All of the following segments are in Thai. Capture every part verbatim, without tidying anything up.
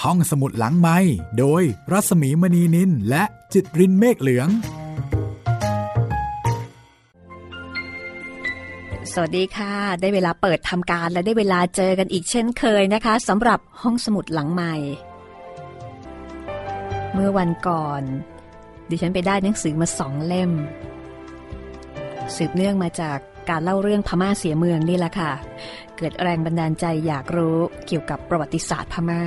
ห้องสมุดหลังไมค์โดยรัศมีมณีนินและจิตรินเมฆเหลืองสวัสดีค่ะได้เวลาเปิดทำการและได้เวลาเจอกันอีกเช่นเคยนะคะสำหรับห้องสมุดหลังไมค์เมื่อวันก่อนดิฉันไปได้หนังสือมาสองเล่มสืบเนื่องมาจากการเล่าเรื่องพม่าเสียเมืองนี่แหละค่ะเกิดแรงบันดาลใจอยากรู้เกี่ยวกับประวัติศาสตร์พม่า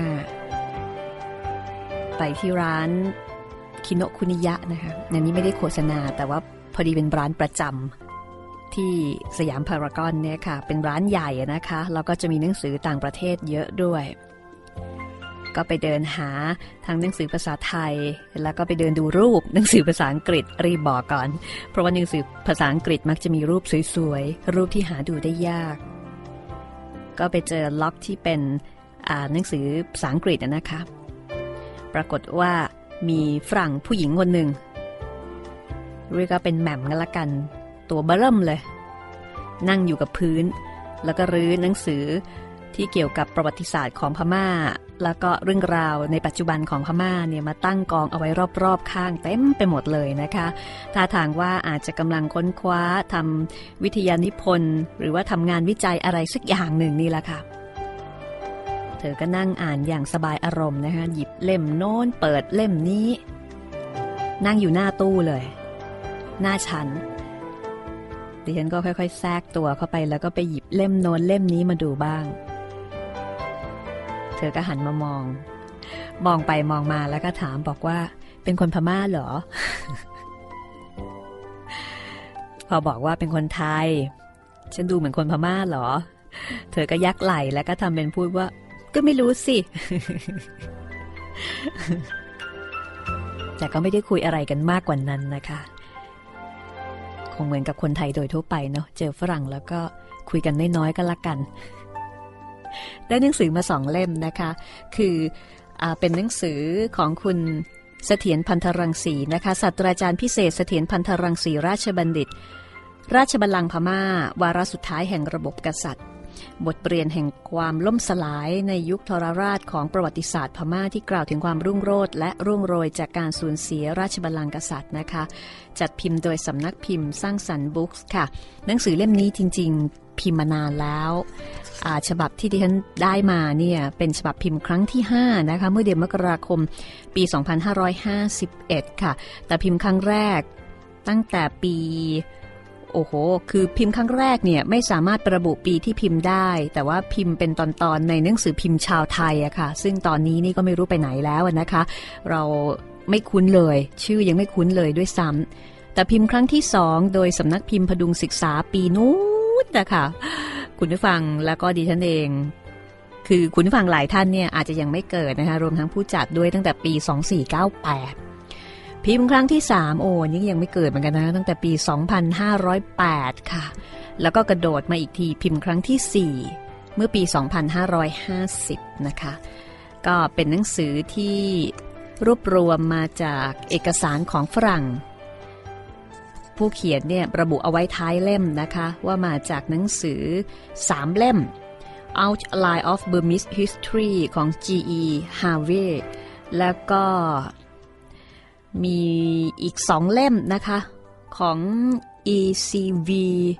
ไปที่ร้านคิโนะคุนิยะนะคะอันนี้ไม่ได้โฆษณาแต่ว่าพอดีเป็นร้านประจำที่สยามพารากอนเนี่ยค่ะเป็นร้านใหญ่นะคะแล้วก็จะมีหนังสือต่างประเทศเยอะด้วยก็ไปเดินหาทั้งหนังสือภาษาไทยแล้วก็ไปเดินดูรูปหนังสือภาษาอังกฤษรีบบอกก่อนเพราะว่าหนังสือภาษาอังกฤษมักจะมีรูปสวยๆรูปที่หาดูได้ยากก็ไปเจอล็อกที่เป็นอ่าหนังสือภาษาอังกฤษนะคะปรากฏว่ามีฝรั่งผู้หญิงคนหนึ่งเรียกว่าเป็นแหม่มกันละกันตัวเบ้อเริ่มเลยนั่งอยู่กับพื้นแล้วก็รื้อหนังสือที่เกี่ยวกับประวัติศาสตร์ของพม่าแล้วก็เรื่องราวในปัจจุบันของพม่าเนี่ยมาตั้งกองเอาไว้รอบๆข้างเต็มไปหมดเลยนะคะท่าทางว่าอาจจะกำลังค้นคว้าทำวิทยานิพนธ์หรือว่าทำงานวิจัยอะไรสักอย่างหนึ่งนี่แหละค่ะเธอก็นั่งอ่านอย่างสบายอารมณ์นะคะหยิบเล่มโน้นเปิดเล่มนี้นั่งอยู่หน้าตู้เลยหน้าชั้นดิฉันก็ค่อยๆแทรกตัวเข้าไปแล้วก็ไปหยิบเล่มโน้นเล่มนี้มาดูบ้างเธอก็หันมามองมองไปมองมาแล้วก็ถามบอกว่าเป็นคนพม่าเหรอ พอบอกว่าเป็นคนไทยฉันดูเหมือนคนพม่าเหรอเธอก็ยักไหล่แล้วก็ทำเป็นพูดว่าก็ไม่รู้สิ แต่ก็ไม่ได้คุยอะไรกันมากกว่านั้นนะคะคงเหมือนกับคนไทยโดยทั่วไปเนาะเจอฝรั่งแล้วก็คุยกันน้อยๆก็ละกันได้หนังสือมาสองเล่มนะคะคืออ่าเป็นหนังสือของคุณเสถียรพันธรังสีนะคะศาสตราจารย์พิเศษเสถียรพันธรังสีราชบัณฑิตราชบัลลังก์พม่าวาระสุดท้ายแห่งระบบกษัตริย์บทเรียนแห่งความล่มสลายในยุคทรราชของประวัติศาสตร์พม่าที่กล่าวถึงความรุ่งโรจน์และรุ่งโรยจากการสูญเสียราชบัลลังก์กษัตริย์นะคะจัดพิมพ์โดยสำนักพิมพ์สร้างสรรค์บุ๊กส์ค่ะหนังสือเล่มนี้จริงๆพิมพ์มานานแล้วฉบับที่ดิฉันได้มาเนี่ยเป็นฉบับพิมพ์ครั้งที่ห้านะคะเมื่อเดือนมกราคมปีสองพันห้าร้อยห้าสิบเอ็ดค่ะแต่พิมพ์ครั้งแรกตั้งแต่ปีโอ้โหคือพิมพ์ครั้งแรกเนี่ยไม่สามารถระบุปีที่พิมพ์ได้แต่ว่าพิมพ์เป็นตอนๆในหนังสือพิมพ์ชาวไทยอะค่ะซึ่งตอนนี้นี่ก็ไม่รู้ไปไหนแล้วนะคะเราไม่คุ้นเลยชื่อยังไม่คุ้นเลยด้วยซ้ำแต่พิมพ์ครั้งที่สองโดยสำนักพิมพ์พดุงศึกษาปีนู้นนะคะคุณผู้ฟังแล้วก็ดิฉันเองคือคุณผู้ฟังหลายท่านเนี่ยอาจจะยังไม่เกิดนะคะรวมทั้งผู้จัดด้วยตั้งแต่ปีสองพันสี่ร้อยเก้าสิบแปดพิมพ์ครั้งที่สามโอ้นี่ยังไม่เกิดเหมือนกันนะตั้งแต่ปีสองพันห้าร้อยแปดค่ะแล้วก็กระโดดมาอีกทีพิมพ์ครั้งที่สี่เมื่อปีสองพันห้าร้อยห้าสิบนะคะก็เป็นหนังสือที่รวบรวมมาจากเอกสารของฝรั่งผู้เขียนเนี่ยระบุเอาไว้ท้ายเล่มนะคะว่ามาจากหนังสือสามเล่ม Outline of Burmese History ของ จี อี Harvey แล้วก็มีอีกสองเล่มนะคะของ อี ซี วี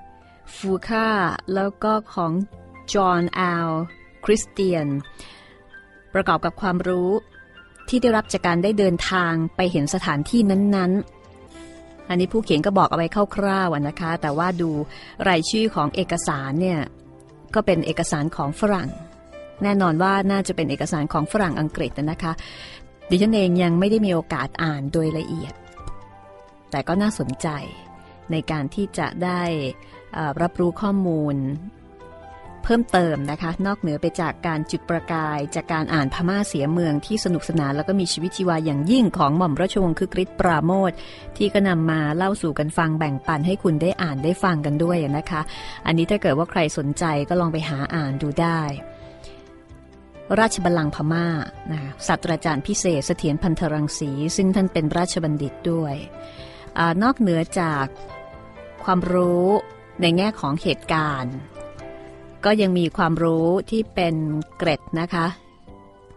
Fuka แล้วก็ของ John L. Christian ประกอบกับความรู้ที่ได้รับจากการได้เดินทางไปเห็นสถานที่นั้นๆอันนี้ผู้เขียนก็บอกเอาไว้คร่าวๆนะคะแต่ว่าดูรายชื่อของเอกสารเนี่ยก็เป็นเอกสารของฝรั่งแน่นอนว่าน่าจะเป็นเอกสารของฝรั่งอังกฤษนะคะดิฉันเองยังไม่ได้มีโอกาสอ่านโดยละเอียดแต่ก็น่าสนใจในการที่จะได้รับรู้ข้อมูลเพิ่มเติมนะคะนอกเหนือไปจากการจุดประกายจากการอ่านพม่าเสียเมืองที่สนุกสนานแล้วก็มีชีวิตชีวาอย่างยิ่งของหม่อมราชวงศ์คึกฤทธิ์ปราโมชที่ก็นำมาเล่าสู่กันฟังแบ่งปันให้คุณได้อ่านได้ฟังกันด้วยนะคะอันนี้ถ้าเกิดว่าใครสนใจก็ลองไปหาอ่านดูได้ราชบัลลังก์พม่านะคะศาสตราจารย์พิเศษเสถียรพันธรังสีซึ่งท่านเป็นราชบัณฑิตด้วยอ่านอกเหนือจากความรู้ในแง่ของเหตุการณ์ก็ยังมีความรู้ที่เป็นเกร็ดนะคะ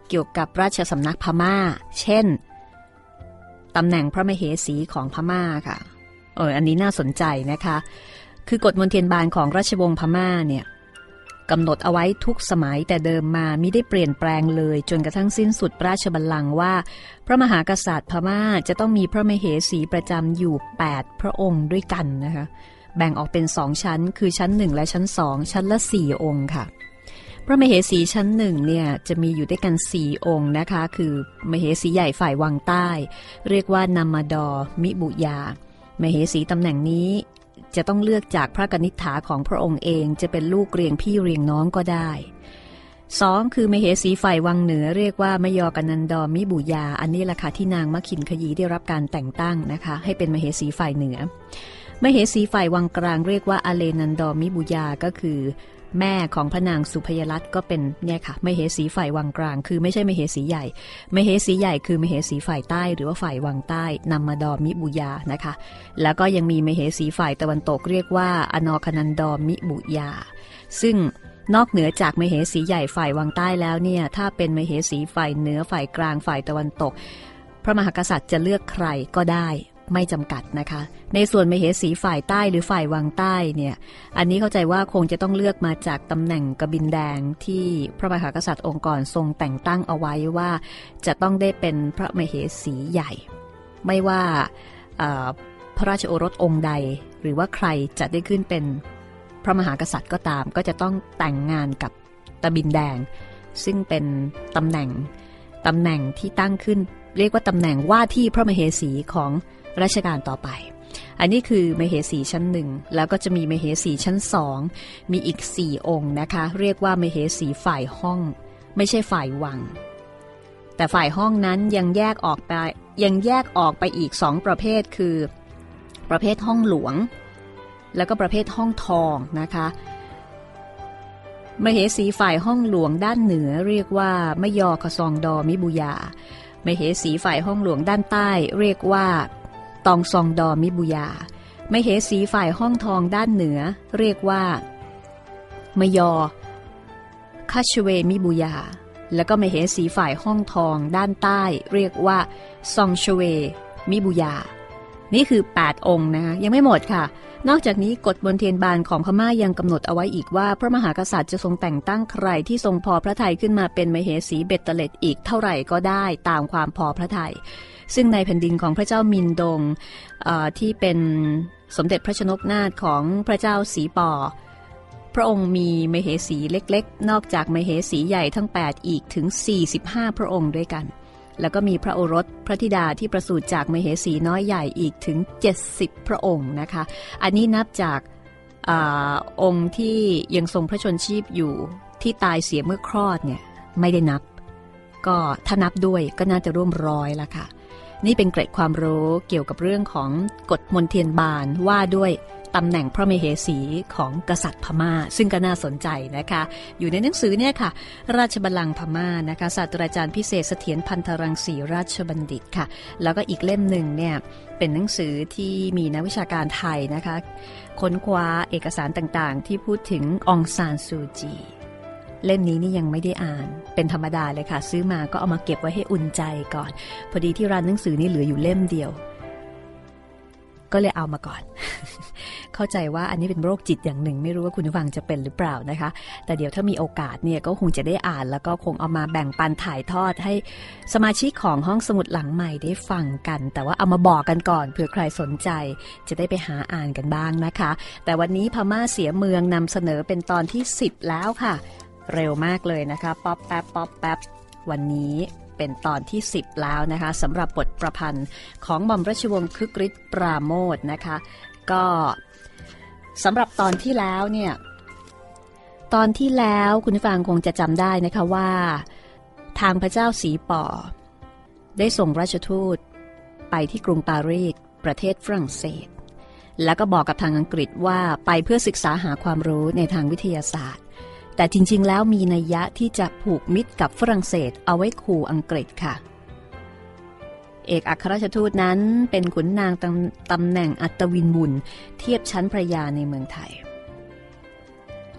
เกี่ยวกับราชสำนักพม่าเช่นตำแหน่งพระมเหสีของพม่าค่ะเอออันนี้น่าสนใจนะคะคือกฎมนเทียนบานของราชวงศ์พม่าเนี่ยกำหนดเอาไว้ทุกสมัยแต่เดิมมามิได้เปลี่ยนแปลงเลยจนกระทั่งสิ้นสุดราชบัลลังก์ว่าพระมหากษัตริย์พม่าจะต้องมีพระมเหสีประจำอยู่แปดพระองค์ด้วยกันนะคะแบ่งออกเป็นสองชั้นคือชั้นหนึ่งและชั้นสองชั้นละสี่องค์ค่ะพระมเหสีชั้นหนึ่งเนี่ยจะมีอยู่ด้วยกันสี่องค์นะคะคือมเหสีใหญ่ฝ่ายวังใต้เรียกว่านามาดอมิบุยามเหสีตำแหน่งนี้จะต้องเลือกจากพระกนิษฐาของพระองค์เองจะเป็นลูกเรียงพี่เรียงน้องก็ได้สองคือมเหสีฝ่ายวังเหนือเรียกว่ามยกนันดอมิบุยาอันนี้แหละค่ะที่นางมขินขยีได้รับการแต่งตั้งนะคะให้เป็นมเหสีฝ่ายเหนือมเหสีฝ่ายวังกลางเรียกว่าอเลนันดอมิบุยาก็คือแม่ของพระนางสุพยรัตน์ก็เป็นเนี่ยค่ะมเหสีฝ่ายวังกลางคือไม่ใช่มเหสีใหญ่มเหสีใหญ่คือมเหสีฝ่ายใต้หรือว่าฝ่ายวังใต้นัมมาดอมิบุยานะคะแล้วก็ยังมีมเหสีฝ่ายตะวันตกเรียกว่าอนคนันดอมิบุยาซึ่งนอกเหนือจากมเหสีใหญ่ฝ่ายวังใต้แล้วเนี่ยถ้าเป็นมเหสีฝ่ายเหนือฝ่ายกลางฝ่ายตะวันตกพระมหากษัตริย์จะเลือกใครก็ได้ไม่จำกัดนะคะในส่วนมเหสีฝ่ายใต้หรือฝ่ายวังใต้เนี่ยอันนี้เข้าใจว่าคงจะต้องเลือกมาจากตำแหน่งกบินแดงที่พระมหากษัตริย์องค์ก่อนทรงแต่งตั้งเอาไว้ว่าจะต้องได้เป็นพระมเหสีใหญ่ไม่ว่าพระราชโอรสองค์ใดหรือว่าใครจะได้ขึ้นเป็นพระมหากษัตริย์ก็ตามก็จะต้องแต่งงานกับตบินแดงซึ่งเป็นตำแหน่งตำแหน่งที่ตั้งขึ้นเรียกว่าตำแหน่งว่าที่พระมเหสีของรัชกาลต่อไปอันนี้คือมเหสีชั้นหนึ่งแล้วก็จะมีมเหสีชั้นสองมีอีกสี่องค์นะคะเรียกว่ามเหสีฝ่ายห้องไม่ใช่ฝ่ายวังแต่ฝ่ายห้องนั้นยังแยกออกไปยังแยกออกไปอีกสองประเภทคือประเภทห้องหลวงแล้วก็ประเภทห้องทองนะคะมเหสีฝ่ายห้องหลวงด้านเหนือเรียกว่ามยคซองดอมิบุยามเหสีฝ่ายห้องหลวงด้านใต้เรียกว่าตองซองดอมิบุยามเหสีฝ่ายห้องทองด้านเหนือเรียกว่ามยคาชเวมิบุยาแล้วก็มเหสีฝ่ายห้องทองด้านใต้เรียกว่าซองชเวมิบุยานี่คือแปดองค์นะคะยังไม่หมดค่ะนอกจากนี้กฎมนเทียนบานของพม่ายังกำหนดเอาไว้อีกว่าพระมหากษัตริย์จะทรงแต่งตั้งใครที่ทรงพอพระทัยขึ้นมาเป็นมเหสีเบ็ดเตล็ดอีกเท่าไหร่ก็ได้ตามความพอพระทัยซึ่งในแผ่นดินของพระเจ้ามินดงที่เป็นสมเด็จพระชนกนาถของพระเจ้าสีปอพระองค์มีมเหสีเล็กๆนอกจากมเหสีใหญ่ทั้งแปดอีกถึงสี่สิบห้าพระองค์ด้วยกันแล้วก็มีพระโอรสพระธิดาที่ประสูติจากมเหสีน้อยใหญ่อีกถึงเจ็ดสิบพระองค์นะคะอันนี้นับจากอาองค์ที่ยังทรงพระชนชีพอยู่ที่ตายเสียเมื่อคลอดเนี่ยไม่ได้นับก็ถ้านับด้วยก็น่าจะร่วมร้อยละค่ะนี่เป็นเกร็ดความรู้เกี่ยวกับเรื่องของกฎมนเทียนบานว่าด้วยตำแหน่งพระมเหสีของกษัตริย์พม่าซึ่งก็น่าสนใจนะคะอยู่ในหนังสือเนี่ยค่ะราชบัลลังก์พม่านะคะศาสตราจารย์พิเศษเสถียรพันธรังสีราชบัณฑิตค่ะแล้วก็อีกเล่มหนึ่งเนี่ยเป็นหนังสือที่มีนักวิชาการไทยนะคะค้นคว้าเอกสารต่างๆที่พูดถึงองซานซูจีเล่มนี้นี่ยังไม่ได้อ่านเป็นธรรมดาเลยค่ะซื้อมาก็เอามาเก็บไว้ให้อุ่นใจก่อนพอดีที่ร้านหนังสือนี่เหลืออยู่เล่มเดียวก็เลยเอามาก่อน เข้าใจว่าอันนี้เป็นโรคจิตอย่างหนึ่งไม่รู้ว่าคุณผู้ฟังจะเป็นหรือเปล่านะคะแต่เดี๋ยวถ้ามีโอกาสเนี่ยก็คงจะได้อ่านแล้วก็คงเอามาแบ่งปันถ่ายทอดให้สมาชิกของห้องสมุดหลังใหม่ได้ฟังกันแต่ว่าเอามาบอกกันก่อนเผื่อใครสนใจจะได้ไปหาอ่านกันบ้างนะคะแต่วันนี้พม่าเสียเมืองนำเสนอเป็นตอนที่สิบแล้วค่ะเร็วมากเลยนะคะป๊อปแป๊บป๊อปแป๊บวันนี้เป็นตอนที่สิบแล้วนะคะสำหรับบทประพันธ์ของหม่อมราชวงศ์คึกฤทธิ์ปราโมชนะคะก็สำหรับตอนที่แล้วเนี่ยตอนที่แล้วคุณผู้ฟังคงจะจำได้นะคะว่าทางพระเจ้าสีป่อได้ส่งราชทูตไปที่กรุงปารีสประเทศฝรั่งเศสแล้วก็บอกกับทางอังกฤษว่าไปเพื่อศึกษาหาความรู้ในทางวิทยาศาสตร์แต่จริงๆแล้วมีนัยยะที่จะผูกมิตรกับฝรั่งเศสเอาไว้ขู่อังกฤษค่ะเอกอัครราชทูตนั้นเป็นขุนนางตำตำแหน่งอัตวินบุญเทียบชั้นพระยาในเมืองไทยอ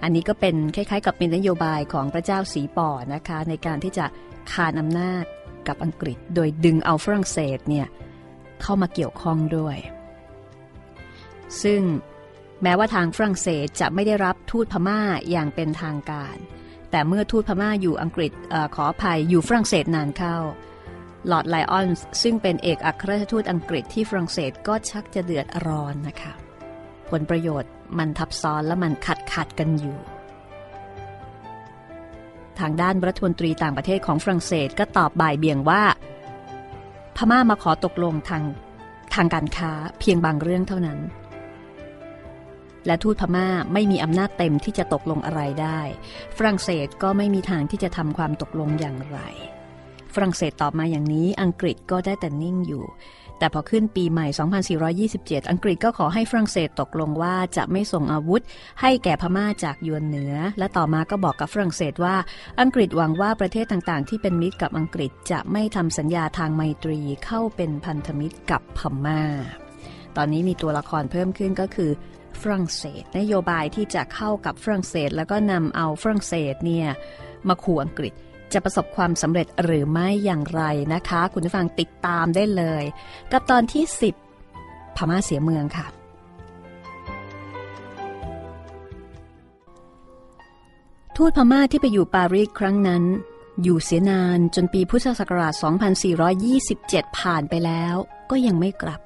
อันนี้ก็เป็นคล้ายๆกับเป็นนโยบายของพระเจ้าสีป่อนะคะในการที่จะคานอำนาจกับอังกฤษโดยดึงเอาฝรั่งเศสเนี่ยเข้ามาเกี่ยวข้องด้วยซึ่งแม้ว่าทางฝรั่งเศสจะไม่ได้รับทูตพม่าอย่างเป็นทางการแต่เมื่อทูตพม่าอยู่อังกฤษเอ่อขออภัยอยู่ฝรั่งเศสนานเข้าลอร์ดไลออนส์ซึ่งเป็นเอกอัครราชทูตอังกฤษที่ฝรั่งเศสก็ชักจะเดือดร้อนนะคะผลประโยชน์มันทับซ้อนและมันขัดขัดกันอยู่ทางด้านรัฐมนตรีต่างประเทศของฝรั่งเศสก็ตอบบ่ายเบี่ยงว่าพม่ามาขอตกลงทางทางการค้าเพียงบางเรื่องเท่านั้นและทูตพม่าไม่มีอำนาจเต็มที่จะตกลงอะไรได้ฝรั่งเศสก็ไม่มีทางที่จะทำความตกลงอย่างไรฝรั่งเศสตอบมาอย่างนี้อังกฤษก็ได้แต่นิ่งอยู่แต่พอขึ้นปีใหม่สองพันสี่ร้อยยี่สิบเจ็ดอังกฤษก็ขอให้ฝรั่งเศสตกลงว่าจะไม่ส่งอาวุธให้แก่พม่าจากยวนเหนือและต่อมาก็บอกกับฝรั่งเศสว่าอังกฤษหวังว่าประเทศต่างๆที่เป็นมิตรกับอังกฤษจะไม่ทำสัญญาทางไมตรีเข้าเป็นพันธมิตรกับพม่าตอนนี้มีตัวละครเพิ่มขึ้นก็คือฝรั่งเศสนโยบายที่จะเข้ากับฝรั่งเศสแล้วก็นำเอาฝรั่งเศสเนี่ยมาขู่อังกฤษจะประสบความสำเร็จหรือไม่อย่างไรนะคะคุณผู้ฟังติดตามได้เลยกับตอนที่สิบพม่าเสียเมืองค่ะทูตพม่าที่ไปอยู่ปารีสครั้งนั้นอยู่เสียนานจนปีพุทธศักราชสองพันสี่ร้อยยี่สิบเจ็ดผ่านไปแล้วก็ยังไม่กลับ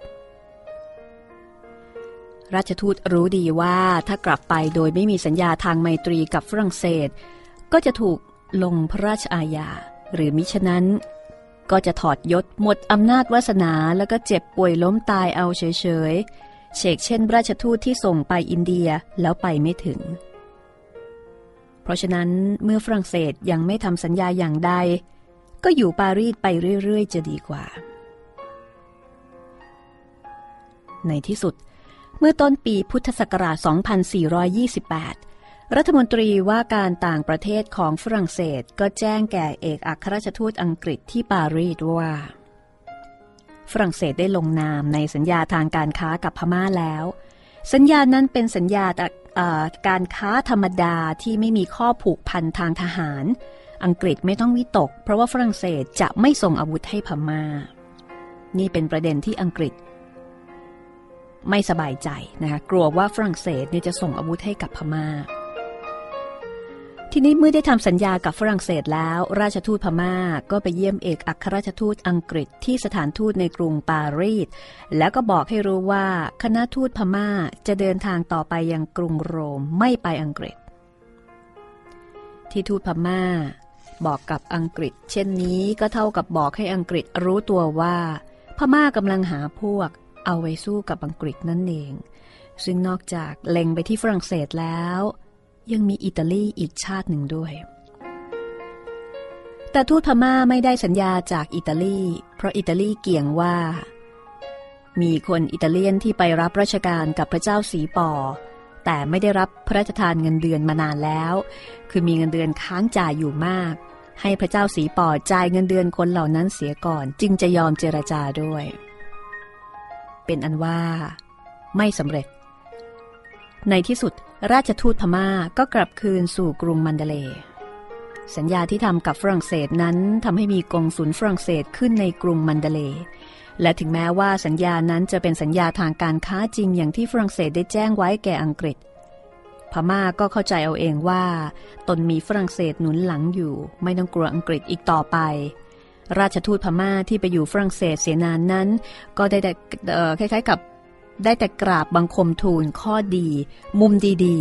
ราชทูตรู้ดีว่าถ้ากลับไปโดยไม่มีสัญญาทางไมตรีกับฝรั่งเศสก็จะถูกลงพระราชอาญาหรือมิฉะนั้นก็จะถอดยศหมดอำนาจวาสนาแล้วก็เจ็บป่วยล้มตายเอาเฉยๆเชกเช่นราชทูตที่ส่งไปอินเดียแล้วไปไม่ถึงเพราะฉะนั้นเมื่อฝรั่งเศสยังไม่ทำสัญญาอย่างใดก็อยู่ปารีสไปเรื่อยๆจะดีกว่าในที่สุดเมื่อต้นปีพุทธศักราชสองพันสี่ร้อยยี่สิบแปดรัฐมนตรีว่าการต่างประเทศของฝรั่งเศสก็แจ้งแก่เอกอัครราชทูตอังกฤษที่ปารีสว่าฝรั่งเศสได้ลงนามในสัญญาทางการค้ากับพม่าแล้วสัญญานั้นเป็นสัญญาการค้าธรรมดาที่ไม่มีข้อผูกพันทางทหารอังกฤษไม่ต้องวิตกเพราะว่าฝรั่งเศสจะไม่ส่งอาวุธให้พม่านี่เป็นประเด็นที่อังกฤษไม่สบายใจนะคะกลัวว่าฝรั่งเศสเนี่ยจะส่งอาวุธให้กับพม่าทีนี้เมื่อได้ทำสัญญากับฝรั่งเศสแล้วราชทูตพม่าก็ไปเยี่ยมเอกอัครราชทูตอังกฤษที่สถานทูตในกรุงปารีสแล้วก็บอกให้รู้ว่าคณะทูตพม่าจะเดินทางต่อไปยังกรุงโรมไม่ไปอังกฤษที่ทูตพม่าบอกกับอังกฤษเช่นนี้ก็เท่ากับบอกให้อังกฤษรู้ตัวว่าพม่ากำลังหาพวกเอาไว้สู้กับอังกฤษนั่นเองซึ่งนอกจากเล็งไปที่ฝรั่งเศสแล้วยังมีอิตาลีอีกชาติหนึ่งด้วยแต่ทูตพม่าไม่ได้สัญญาจากอิตาลีเพราะอิตาลีเกี่ยงว่ามีคนอิตาเลียนที่ไปรับราชการกับพระเจ้าสีป่อแต่ไม่ได้รับพระราชทานเงินเดือนมานานแล้วคือมีเงินเดือนค้างจ่ายอยู่มากให้พระเจ้าสีป่อจ่ายเงินเดือนคนเหล่านั้นเสียก่อนจึงจะยอมเจรจาด้วยเป็นอันว่าไม่สำเร็จในที่สุดราชทูตพม่าก็กลับคืนสู่กรุงมันเดเลย์สัญญาที่ทำกับฝรั่งเศสนั้นทำให้มีกงสุลฝรั่งเศสขึ้นในกรุงมันเดเลย์และถึงแม้ว่าสัญญานั้นจะเป็นสัญญาทางการค้าจริงอย่างที่ฝรั่งเศสได้แจ้งไว้แก่อังกฤษพม่าก็เข้าใจเอาเองว่าตนมีฝรั่งเศสหนุนหลังอยู่ไม่ต้องกลัวอังกฤษอีกต่อไปราชทูตพม่าที่ไปอยู่ฝรั่งเศสเสียนานนั้นก็ได้แต่คล้ายๆกับได้แต่กราบบังคมทูลข้อดีมุมดี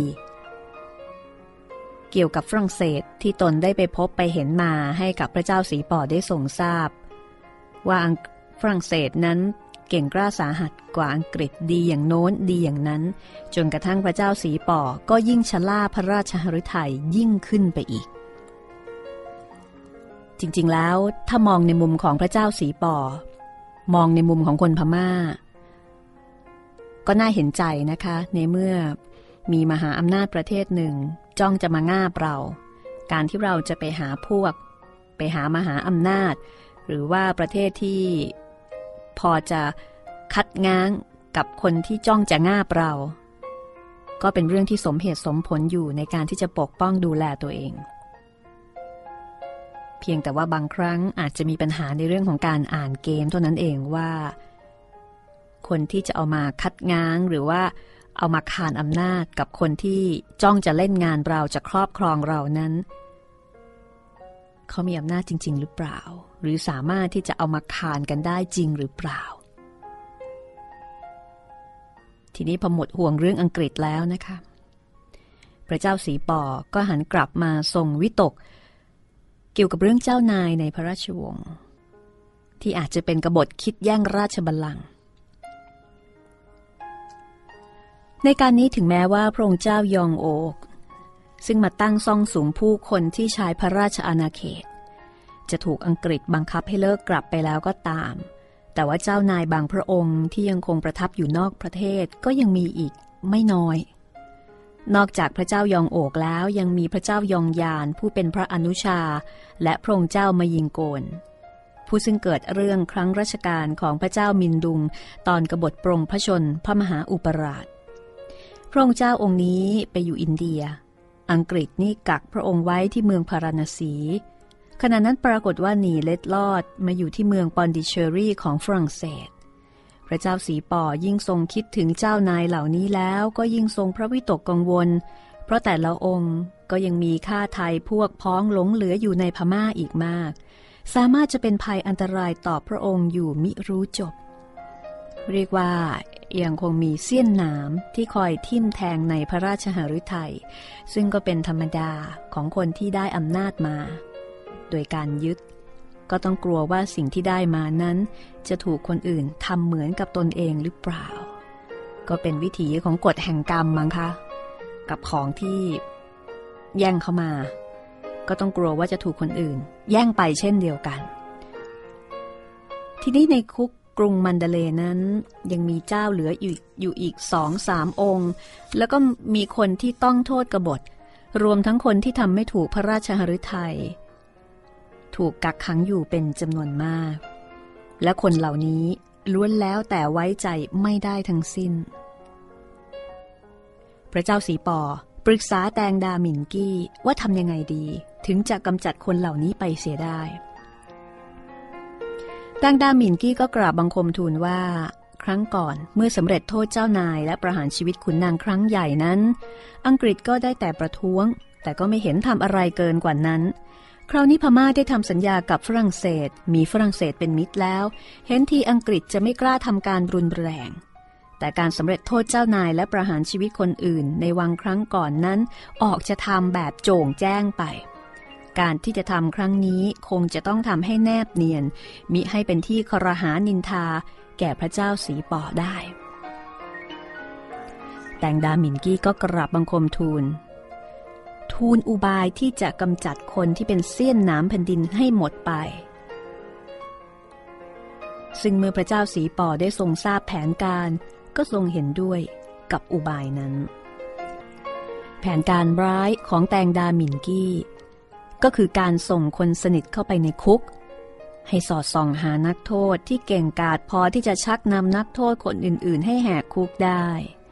ๆเกี่ยวกับฝรั่งเศสที่ตนได้ไปพบไปเห็นมาให้กับพระเจ้าสีป่อได้ทรงทราบว่าฝรั่งเศสนั้นเก่งกล้าสาหัสกว่าอังกฤษดีอย่างโน้นดีอย่างนั้นจนกระทั่งพระเจ้าสีป่อก็ยิ่งชล่าพระราชหฤทัยยิ่งขึ้นไปอีกจริงๆแล้วถ้ามองในมุมของพระเจ้าสีป่อมองในมุมของคนพม่าก็น่าเห็นใจนะคะในเมื่อมีมหาอำนาจประเทศหนึ่งจ้องจะมางาบเราการที่เราจะไปหาพวกไปหามหาอำนาจหรือว่าประเทศที่พอจะคัดง้างกับคนที่จ้องจะงาบเราก็เป็นเรื่องที่สมเหตุสมผลอยู่ในการที่จะปกป้องดูแลตัวเองเพียงแต่ว่าบางครั้งอาจจะมีปัญหาในเรื่องของการอ่านเกมเท่านั้นเองว่าคนที่จะเอามาคัดง้างหรือว่าเอามาคานอำนาจกับคนที่จ้องจะเล่นงานเราจะครอบครองเรานั้นเขามีอำนาจจริงๆหรือเปล่าหรือสามารถที่จะเอามาคานกันได้จริงหรือเปล่าทีนี้พอหมดห่วงเรื่องอังกฤษแล้วนะคะพระเจ้าสีป่อก็หันกลับมาทรงวิตกเกี่ยวกับเรื่องเจ้านายในพระราชวงศ์ที่อาจจะเป็นกบฏคิดแย่งราชบัลลังก์ในการนี้ถึงแม้ว่าพระองค์เจ้ายองโอกซึ่งมาตั้งซ่องสุมผู้คนที่ชายพระราชอาณาเขตจะถูกอังกฤษบังคับให้เลิกกลับไปแล้วก็ตามแต่ว่าเจ้านายบางพระองค์ที่ยังคงประทับอยู่นอกประเทศก็ยังมีอีกไม่น้อยนอกจากพระเจ้ายองโอกแล้วยังมีพระเจ้ายองยานผู้เป็นพระอนุชาและพระองค์เจ้ามยิงโกนผู้ซึ่งเกิดเรื่องครั้งรัชกาลของพระเจ้ามินดุงตอนกบฏปรงพระชนพระมหาอุปราชพระองค์เจ้าองค์นี้ไปอยู่อินเดียอังกฤษนี่กักพระองค์ไว้ที่เมืองพาราณสีขณะนั้นปรากฏว่าหนีเล็ดลอดมาอยู่ที่เมืองปอนดิเชอรีของฝรั่งเศสพระเจ้าสีป่อยิ่งทรงคิดถึงเจ้านายเหล่านี้แล้วก็ยิ่งทรงพระวิตกกังวลเพราะแต่ละองค์ก็ยังมีข้าไทยพวกพ้องหลงเหลืออยู่ในพม่าอีกมากสามารถจะเป็นภัยอันตรายต่อพระองค์อยู่มิรู้จบเรียกว่ายังคงมีเสี้ยนหนามที่คอยทิ่มแทงในพระราชหฤทัยซึ่งก็เป็นธรรมดาของคนที่ได้อำนาจมาโดยการยึดก็ต้องกลัวว่าสิ่งที่ได้มานั้นจะถูกคนอื่นทำเหมือนกับตนเองหรือเปล่าก็เป็นวิถีของกฎแห่งกรรมมั้งคะกับของที่แย่งเข้ามาก็ต้องกลัวว่าจะถูกคนอื่นแย่งไปเช่นเดียวกันทีนี้ในคุกกรุงมันเดเลย์นั้นยังมีเจ้าเหลืออยู่อยู่อีกสองสามองค์แล้วก็มีคนที่ต้องโทษกบฏรวมทั้งคนที่ทำไม่ถูกพระราชหฤทัยถูกกักขังอยู่เป็นจำนวนมากและคนเหล่านี้ล้วนแล้วแต่ไว้ใจไม่ได้ทั้งสิ้นพระเจ้าสีป่อปรึกษาแตงดาหมินกี้ว่าทำยังไงดีถึงจะกำจัดคนเหล่านี้ไปเสียได้แตงดาหมินกี้ก็กราบบังคมทูลว่าครั้งก่อนเมื่อสำเร็จโทษเจ้านายและประหารชีวิตขุนนางครั้งใหญ่นั้นอังกฤษก็ได้แต่ประท้วงแต่ก็ไม่เห็นทำอะไรเกินกว่านั้นคราวนี้พม่าได้ทำสัญญากับฝรั่งเศสมีฝรั่งเศสเป็นมิตรแล้วเห็นทีอังกฤษจะไม่กล้าทำการรุนแรงแต่การสำเร็จโทษเจ้านายและประหารชีวิตคนอื่นในวังครั้งก่อนนั้นออกจะทำแบบโจ่งแจ้งไปการที่จะทำครั้งนี้คงจะต้องทำให้แนบเนียนมิให้เป็นที่ครหานินทาแก่พระเจ้าสีป่อได้แตงดาหมินกี้ก็กราบบังคมทูลทูลอุบายที่จะกำจัดคนที่เป็นเสี้ยนหนามแผ่นดินให้หมดไปซึ่งเมื่อพระเจ้าสีป่อได้ทรงทราบแผนการก็ทรงเห็นด้วยกับอุบายนั้นแผนการร้ายของแตงดาหมินกี้ก็คือการส่งคนสนิทเข้าไปในคุกให้สอดส่องหานักโทษที่เก่งกาจพอที่จะชักนำนักโทษคนอื่นๆให้แหกคุกได้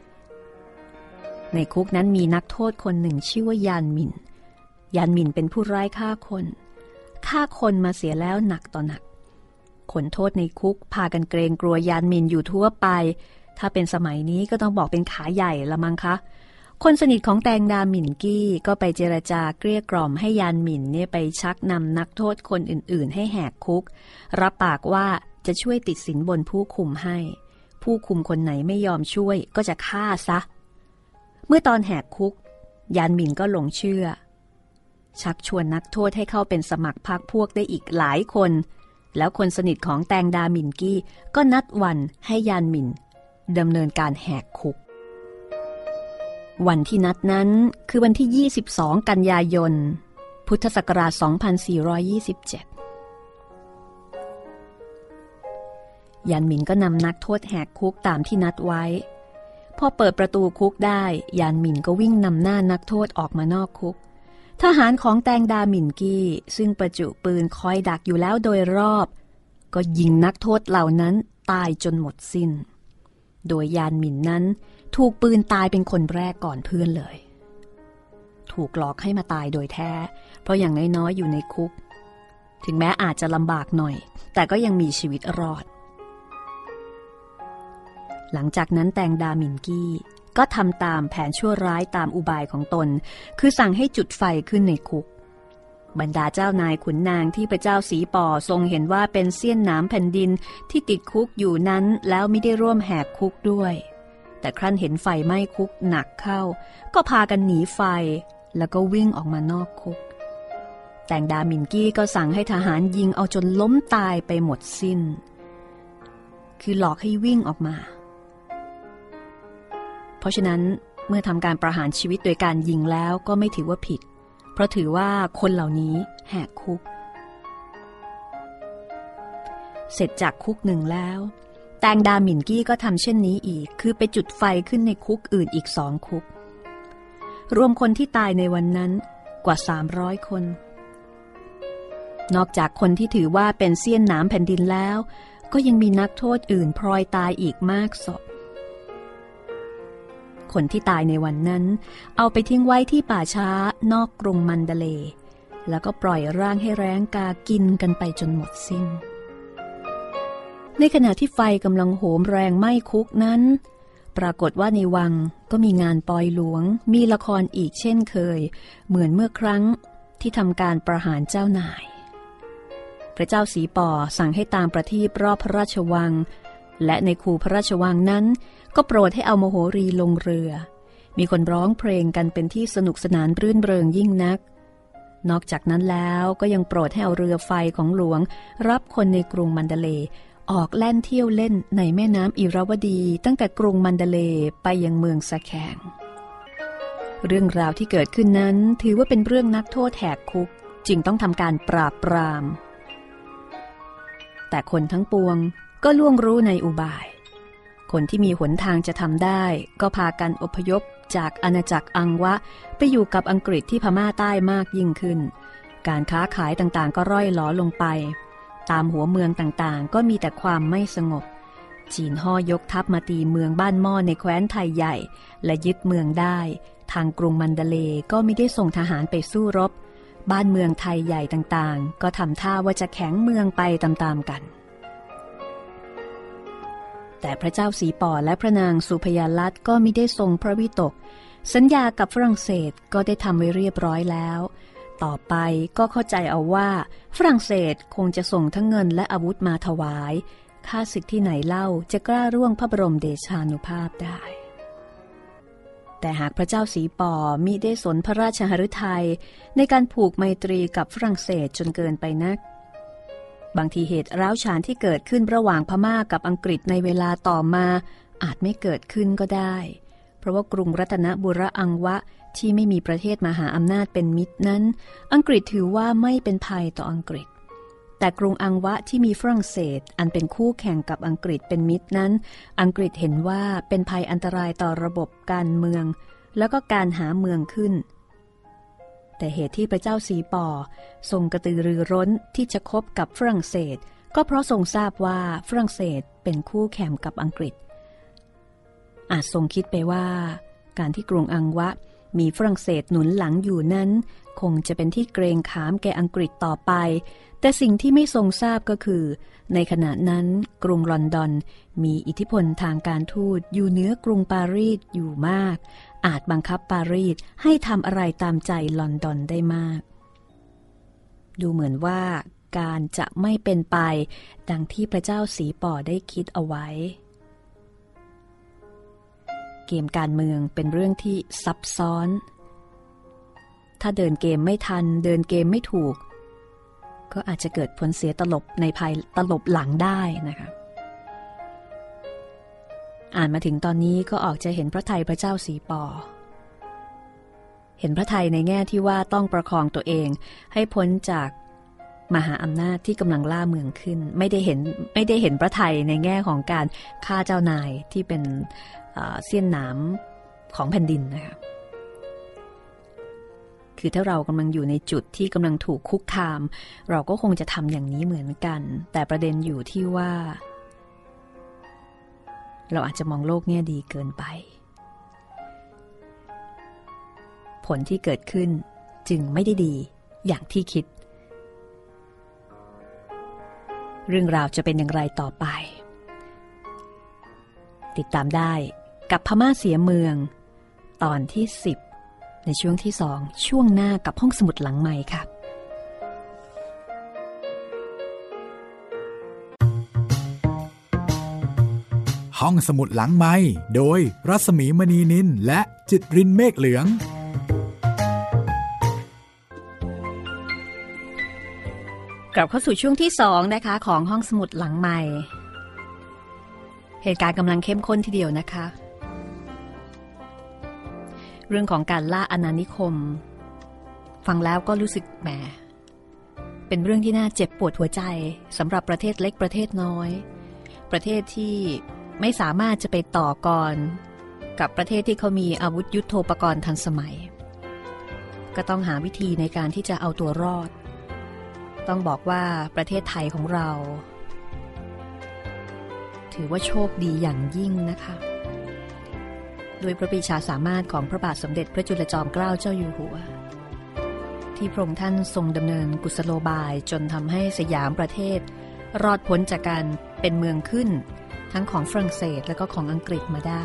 ในคุกนั้นมีนักโทษคนหนึ่งชื่อว่ายานหมินยานหมินเป็นผู้ร้ายฆ่าคนฆ่าคนมาเสียแล้วหนักต่อหนักคนโทษในคุกพากันเกรงกลัวยานหมินอยู่ทั่วไปถ้าเป็นสมัยนี้ก็ต้องบอกเป็นขาใหญ่ละมั้งคะคนสนิทของแตงดาหมินกี้ก็ไปเจรจาเกลี้ยกล่อมให้ยานหมินเนี่ยไปชักนำนักโทษคนอื่นๆให้แหกคุกรับปากว่าจะช่วยติดสินบนผู้คุมให้ผู้คุมคนไหนไม่ยอมช่วยก็จะฆ่าซะเมื่อตอนแหกคุกยานหมินก็หลงเชื่อชักชวนนักโทษให้เข้าเป็นสมัครพรรคพวกได้อีกหลายคนแล้วคนสนิทของแตงดาหมินกี้ก็นัดวันให้ยานหมินดำเนินการแหกคุกวันที่นัดนั้นคือวันที่ยี่สิบสองกันยายนพุทธศักราชสองพันสี่ร้อยยี่สิบเจ็ดยานหมินก็นำนักโทษแหกคุกตามที่นัดไว้พอเปิดประตูคุกได้ยานหมินก็วิ่งนำหน้านักโทษออกมานอกคุกทหารของแตงดาหมินกี้ซึ่งประจุปืนคอยดักอยู่แล้วโดยรอบก็ยิงนักโทษเหล่านั้นตายจนหมดสิ้นโดยยานหมินนั้นถูกปืนตายเป็นคนแรกก่อนเพื่อนเลยถูกหลอกให้มาตายโดยแท้เพราะอย่างน้อยๆอยู่ในคุกถึงแม้อาจจะลำบากหน่อยแต่ก็ยังมีชีวิตรอดหลังจากนั้นแตงดาหมินกี้ก็ทำตามแผนชั่วร้ายตามอุบายของตนคือสั่งให้จุดไฟขึ้นในคุกบรรดาเจ้านายขุนนางที่พระเจ้าสีป่อทรงเห็นว่าเป็นเสี้ยนหนามแผ่นดินที่ติดคุกอยู่นั้นแล้วไม่ได้ร่วมแหกคุกด้วยแต่ครั้นเห็นไฟไหม้คุกหนักเข้าก็พากันหนีไฟแล้วก็วิ่งออกมานอกคุกแตงดาหมินกี้ก็สั่งให้ทหารยิงเอาจนล้มตายไปหมดสิ้นคือหลอกให้วิ่งออกมาเพราะฉะนั้นเมื่อทำการประหารชีวิตโดยการยิงแล้วก็ไม่ถือว่าผิดเพราะถือว่าคนเหล่านี้แหกคุกเสร็จจากคุกหนึ่งแล้วแตงดาหมินกี้ก็ทำเช่นนี้อีกคือไปจุดไฟขึ้นในคุกอื่นอีกสองคุกรวมคนที่ตายในวันนั้นกว่าสามร้อยคนนอกจากคนที่ถือว่าเป็นเสี้ยนหนามแผ่นดินแล้วก็ยังมีนักโทษอื่นพลอยตายอีกมากศพคนที่ตายในวันนั้นเอาไปทิ้งไว้ที่ป่าช้านอกกรุงมันเดเลย์แล้วก็ปล่อยร่างให้แร้งกากินกันไปจนหมดสิ้นในขณะที่ไฟกำลังโหมแรงไหม้คุกนั้นปรากฏว่าในวังก็มีงานปอยหลวงมีละครอีกเช่นเคยเหมือนเมื่อครั้งที่ทำการประหารเจ้านายพระเจ้าสีป่อสั่งให้ตามประทีปรอบพระราชวังและในคูพระราชวังนั้นก็โปรดให้เอามโหรีลงเรือมีคนร้องเพลงกันเป็นที่สนุกสนานรื่นเริงยิ่งนักนอกจากนั้นแล้วก็ยังโปรดให้เอาเรือไฟของหลวงรับคนในกรุงมันเดเลย์ออกแล่นเที่ยวเล่นในแม่น้ำอิราวดีตั้งแต่กรุงมันเดเลย์ไปยังเมืองสะแคงเรื่องราวที่เกิดขึ้นนั้นถือว่าเป็นเรื่องนักโทษแหกคุกจึงต้องทำการปราบปรามแต่คนทั้งปวงก็ล่วงรู้ในอุบายคนที่มีหนทางจะทำได้ก็พากันอพยพจากอาณาจักรอังวะไปอยู่กับอังกฤษที่พม่าใต้มากยิ่งขึ้นการค้าขายต่างๆก็ร่อยหลอลงไปตามหัวเมืองต่างๆก็มีแต่ความไม่สงบจีนฮ่อยกทัพมาตีเมืองบ้านหม้อในแคว้นไทยใหญ่และยึดเมืองได้ทางกรุงมันเดเลย์ก็ไม่ได้ส่งทหารไปสู้รบบ้านเมืองไทยใหญ่ต่างๆก็ทำท่าว่าจะแข็งเมืองไปตามๆกันแต่พระเจ้าสีป่อและพระนางสุพยาลัตน์ก็มิได้ทรงพระวิตกสัญญากับฝรั่งเศสก็ได้ทำไว้เรียบร้อยแล้วต่อไปก็เข้าใจเอาว่าฝรั่งเศสคงจะส่งทั้งเงินและอาวุธมาถวายข้าศึกที่ไหนเล่าจะกล้าร่วงพระบรมเดชานุภาพได้แต่หากพระเจ้าสีป่อมิได้สนพระราชหฤทัยในการผูกไมตรีกับฝรั่งเศสจนเกินไปนักบางทีเหตุร้าวฉานที่เกิดขึ้นระหว่างพม่ากับอังกฤษในเวลาต่อมาอาจไม่เกิดขึ้นก็ได้เพราะว่ากรุงรัตนบุรีอังวะที่ไม่มีประเทศมหาอำนาจเป็นมิตรนั้นอังกฤษถือว่าไม่เป็นภัยต่ออังกฤษแต่กรุงอังวะที่มีฝรั่งเศสอันเป็นคู่แข่งกับอังกฤษเป็นมิตรนั้นอังกฤษเห็นว่าเป็นภัยอันตรายต่อระบบการเมืองแล้วก็การหาเมืองขึ้นแต่เหตุที่พระเจ้าสีป่อทรงกระตือรือร้นที่จะคบกับฝรั่งเศสก็เพราะทรงทราบว่าฝรั่งเศสเป็นคู่แข่งกับอังกฤษอาจทรงคิดไปว่าการที่กรุงอังวะมีฝรั่งเศสหนุนหลังอยู่นั้นคงจะเป็นที่เกรงขามแก่อังกฤษต่อไปแต่สิ่งที่ไม่ทรงทราบก็คือในขณะนั้นกรุงลอนดอนมีอิทธิพลทางการทูตอยู่เหนือกรุงปารีสอยู่มากอาจบังคับปารีสให้ทำอะไรตามใจลอนดอนได้มากดูเหมือนว่าการจะไม่เป็นไปดังที่พระเจ้าสีป่อได้คิดเอาไว้เกมการเมืองเป็นเรื่องที่ซับซ้อนถ้าเดินเกมไม่ทันเดินเกมไม่ถูกก็อาจจะเกิดผลเสียตลบในภายตลบหลังได้นะคะอ่านมาถึงตอนนี้ก็ออกจะเห็นพระทัยพระเจ้าสีป่อเห็นพระทัยในแง่ที่ว่าต้องประคองตัวเองให้พ้นจากมหาอำนาจที่กำลังล่าเมืองขึ้นไม่ได้เห็นไม่ได้เห็นพระทัยในแง่ของการฆ่าเจ้านายที่เป็นเสี้ยนหนามของแผ่นดินนะคะคือถ้าเรากำลังอยู่ในจุดที่กำลังถูกคุกคามเราก็คงจะทำอย่างนี้เหมือนกันแต่ประเด็นอยู่ที่ว่าเราอาจจะมองโลกแง่ดีเกินไปผลที่เกิดขึ้นจึงไม่ได้ดีอย่างที่คิดเรื่องราวจะเป็นอย่างไรต่อไปติดตามได้กับพม่าเสียเมืองตอนที่สิบในช่วงที่สองช่วงหน้ากับห้องสมุดหลังใหม่ค่ะห้องสมุดหลังไมค์โดยรัศมีมณีนินและจิตรินเมฆเหลืองกลับเข้าสู่ช่วงที่สองนะคะของห้องสมุดหลังไมค์เหตุการณ์กำลังเข้มข้นทีเดียวนะคะเรื่องของการล่าอาณานิคมฟังแล้วก็รู้สึกแหมเป็นเรื่องที่น่าเจ็บปวดหัวใจสำหรับประเทศเล็กประเทศน้อยประเทศที่ไม่สามารถจะไปต่อกรกับประเทศที่เขามีอาวุธยุทโธปกรณ์ทันสมัยก็ต้องหาวิธีในการที่จะเอาตัวรอดต้องบอกว่าประเทศไทยของเราถือว่าโชคดีอย่างยิ่งนะคะโดยพระปรีชาสามารถของพระบาทสมเด็จพระจุลจอมเกล้าเจ้าอยู่หัวที่พระองค์ท่านทรงดำเนินกุศโลบายจนทำให้สยามประเทศรอดพ้นจากการเป็นเมืองขึ้นทั้งของฝรั่งเศสและก็ของอังกฤษมาได้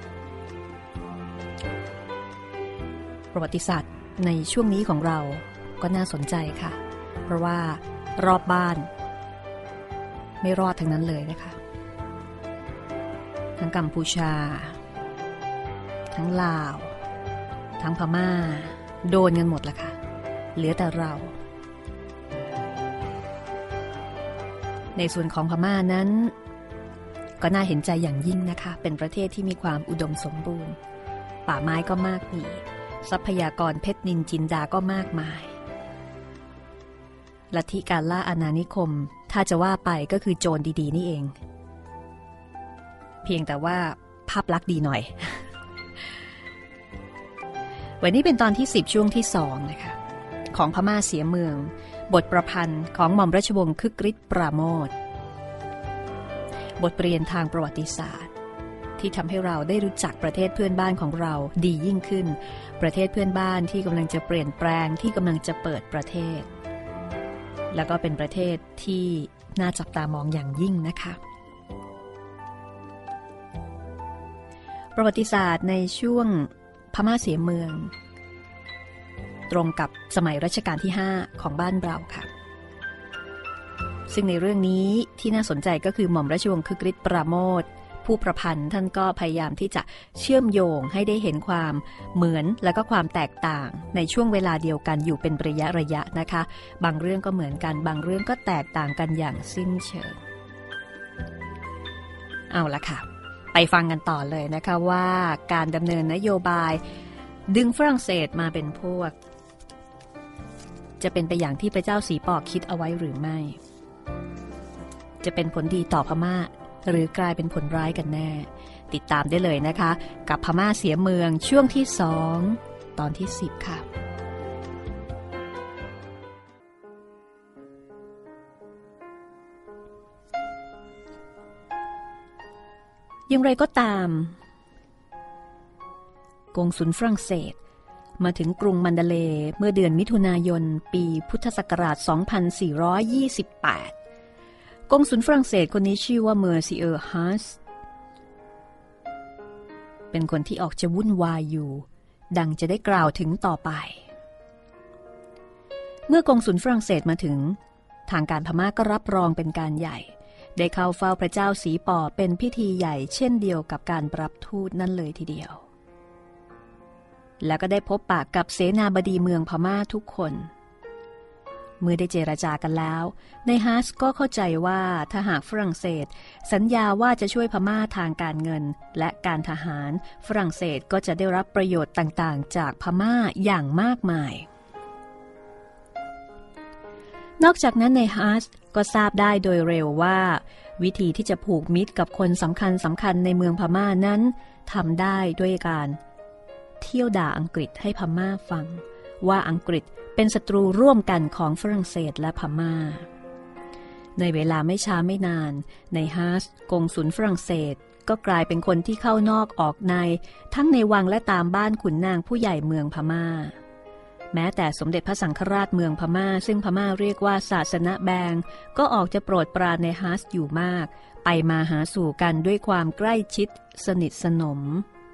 ประวัติศาสตร์ในช่วงนี้ของเราก็น่าสนใจค่ะเพราะว่ารอบบ้านไม่รอดทั้งนั้นเลยนะคะทั้งกัมพูชาทั้งลาวทั้งพม่าโดนกันหมดละค่ะเหลือแต่เราในส่วนของพม่านั้นก็น่าเห็นใจอย่างยิ่งนะคะเป็นประเทศที่มีความอุดมสมบูรณ์ป่าไม้ก็มากมีทรัพยากรเพชรนินจินดาก็มากมายลัทธิการล่าอาณานิคมถ้าจะว่าไปก็คือโจรดีๆนี่เองเพียงแต่ว่าภาพลักษณ์ดีหน่อยวันนี้เป็นตอนที่สิบช่วงที่สองนะคะของพม่าเสียเมืองบทประพันธ์ของหม่อมราชวงศ์คึกฤทธิ์ปราโมทย์บทเรียนทางประวัติศาสตร์ที่ทำให้เราได้รู้จักประเทศเพื่อนบ้านของเราดียิ่งขึ้นประเทศเพื่อนบ้านที่กำลังจะเปลี่ยนแปลงที่กำลังจะเปิดประเทศแล้วก็เป็นประเทศที่น่าจับตามองอย่างยิ่งนะคะประวัติศาสตร์ในช่วงพม่าเสียเมืองตรงกับสมัยรัชกาลที่ห้าของบ้านเราค่ะซึ่งในเรื่องนี้ที่น่าสนใจก็คือหม่อมราชวงศ์คึกฤทธิ์ปราโมทย์ผู้ประพันธ์ท่านก็พยายามที่จะเชื่อมโยงให้ได้เห็นความเหมือนและก็ความแตกต่างในช่วงเวลาเดียวกันอยู่เป็นระยะระยะนะคะบางเรื่องก็เหมือนกันบางเรื่องก็แตกต่างกันอย่างสิ้นเชิงเอาละค่ะไปฟังกันต่อเลยนะคะว่าการดำเนินนโยบายดึงฝรั่งเศสมาเป็นพวกจะเป็นไปอย่างที่พระเจ้าสีปอคิดเอาไว้หรือไม่จะเป็นผลดีต่อพม่าหรือกลายเป็นผลร้ายกันแน่ติดตามได้เลยนะคะกับพม่าเสียเมืองช่วงที่สองตอนที่สิบค่ะอย่างไรก็ตามกงสุลฝรั่งเศสมาถึงกรุงมันเดเลย์เมื่อเดือนมิถุนายนปีพุทธศักราชสองพันสี่ร้อยยี่สิบแปดกงสุลฝรั่งเศสคนนี้ชื่อว่าเมอร์ซิเออร์ฮาสเป็นคนที่ออกจะวุ่นวายอยู่ดังจะได้กล่าวถึงต่อไปเมื่อกงสุลฝรั่งเศสมาถึงทางการพม่าก็รับรองเป็นการใหญ่ได้เข้าเฝ้าพระเจ้าสีปอเป็นพิธีใหญ่เช่นเดียวกับการรับทูตนั่นเลยทีเดียวแล้วก็ได้พบปะกับเสนาบดีเมืองพม่าทุกคนเมื่อได้เจรจากันแล้วในฮาสก็เข้าใจว่าถ้าหากฝรั่งเศสสัญญาว่าจะช่วยพม่าทางการเงินและการทหารฝรั่งเศสก็จะได้รับประโยชน์ต่างๆจากพม่าอย่างมากมายนอกจากนั้นในฮาสก็ทราบได้โดยเร็วว่าวิธีที่จะผูกมิตรกับคนสำคัญสำคัญในเมืองพม่านั้นทำได้ด้วยการเที่ยวด่าอังกฤษให้พม่าฟังว่าอังกฤษเป็นศัตรูร่วมกันของฝรั่งเศสและพม่าในเวลาไม่ช้าไม่นานในฮาสกงสุลฝรั่งเศสก็กลายเป็นคนที่เข้านอกออกในทั้งในวังและตามบ้านขุนนางผู้ใหญ่เมืองพม่าแม้แต่สมเด็จพระสังฆราชเมืองพม่าซึ่งพม่าเรียกว่าศาสนแบงก็ออกจะโปรดปรานในฮัสอยู่มากไปมาหาสู่กันด้วยความใกล้ชิดสนิทสนม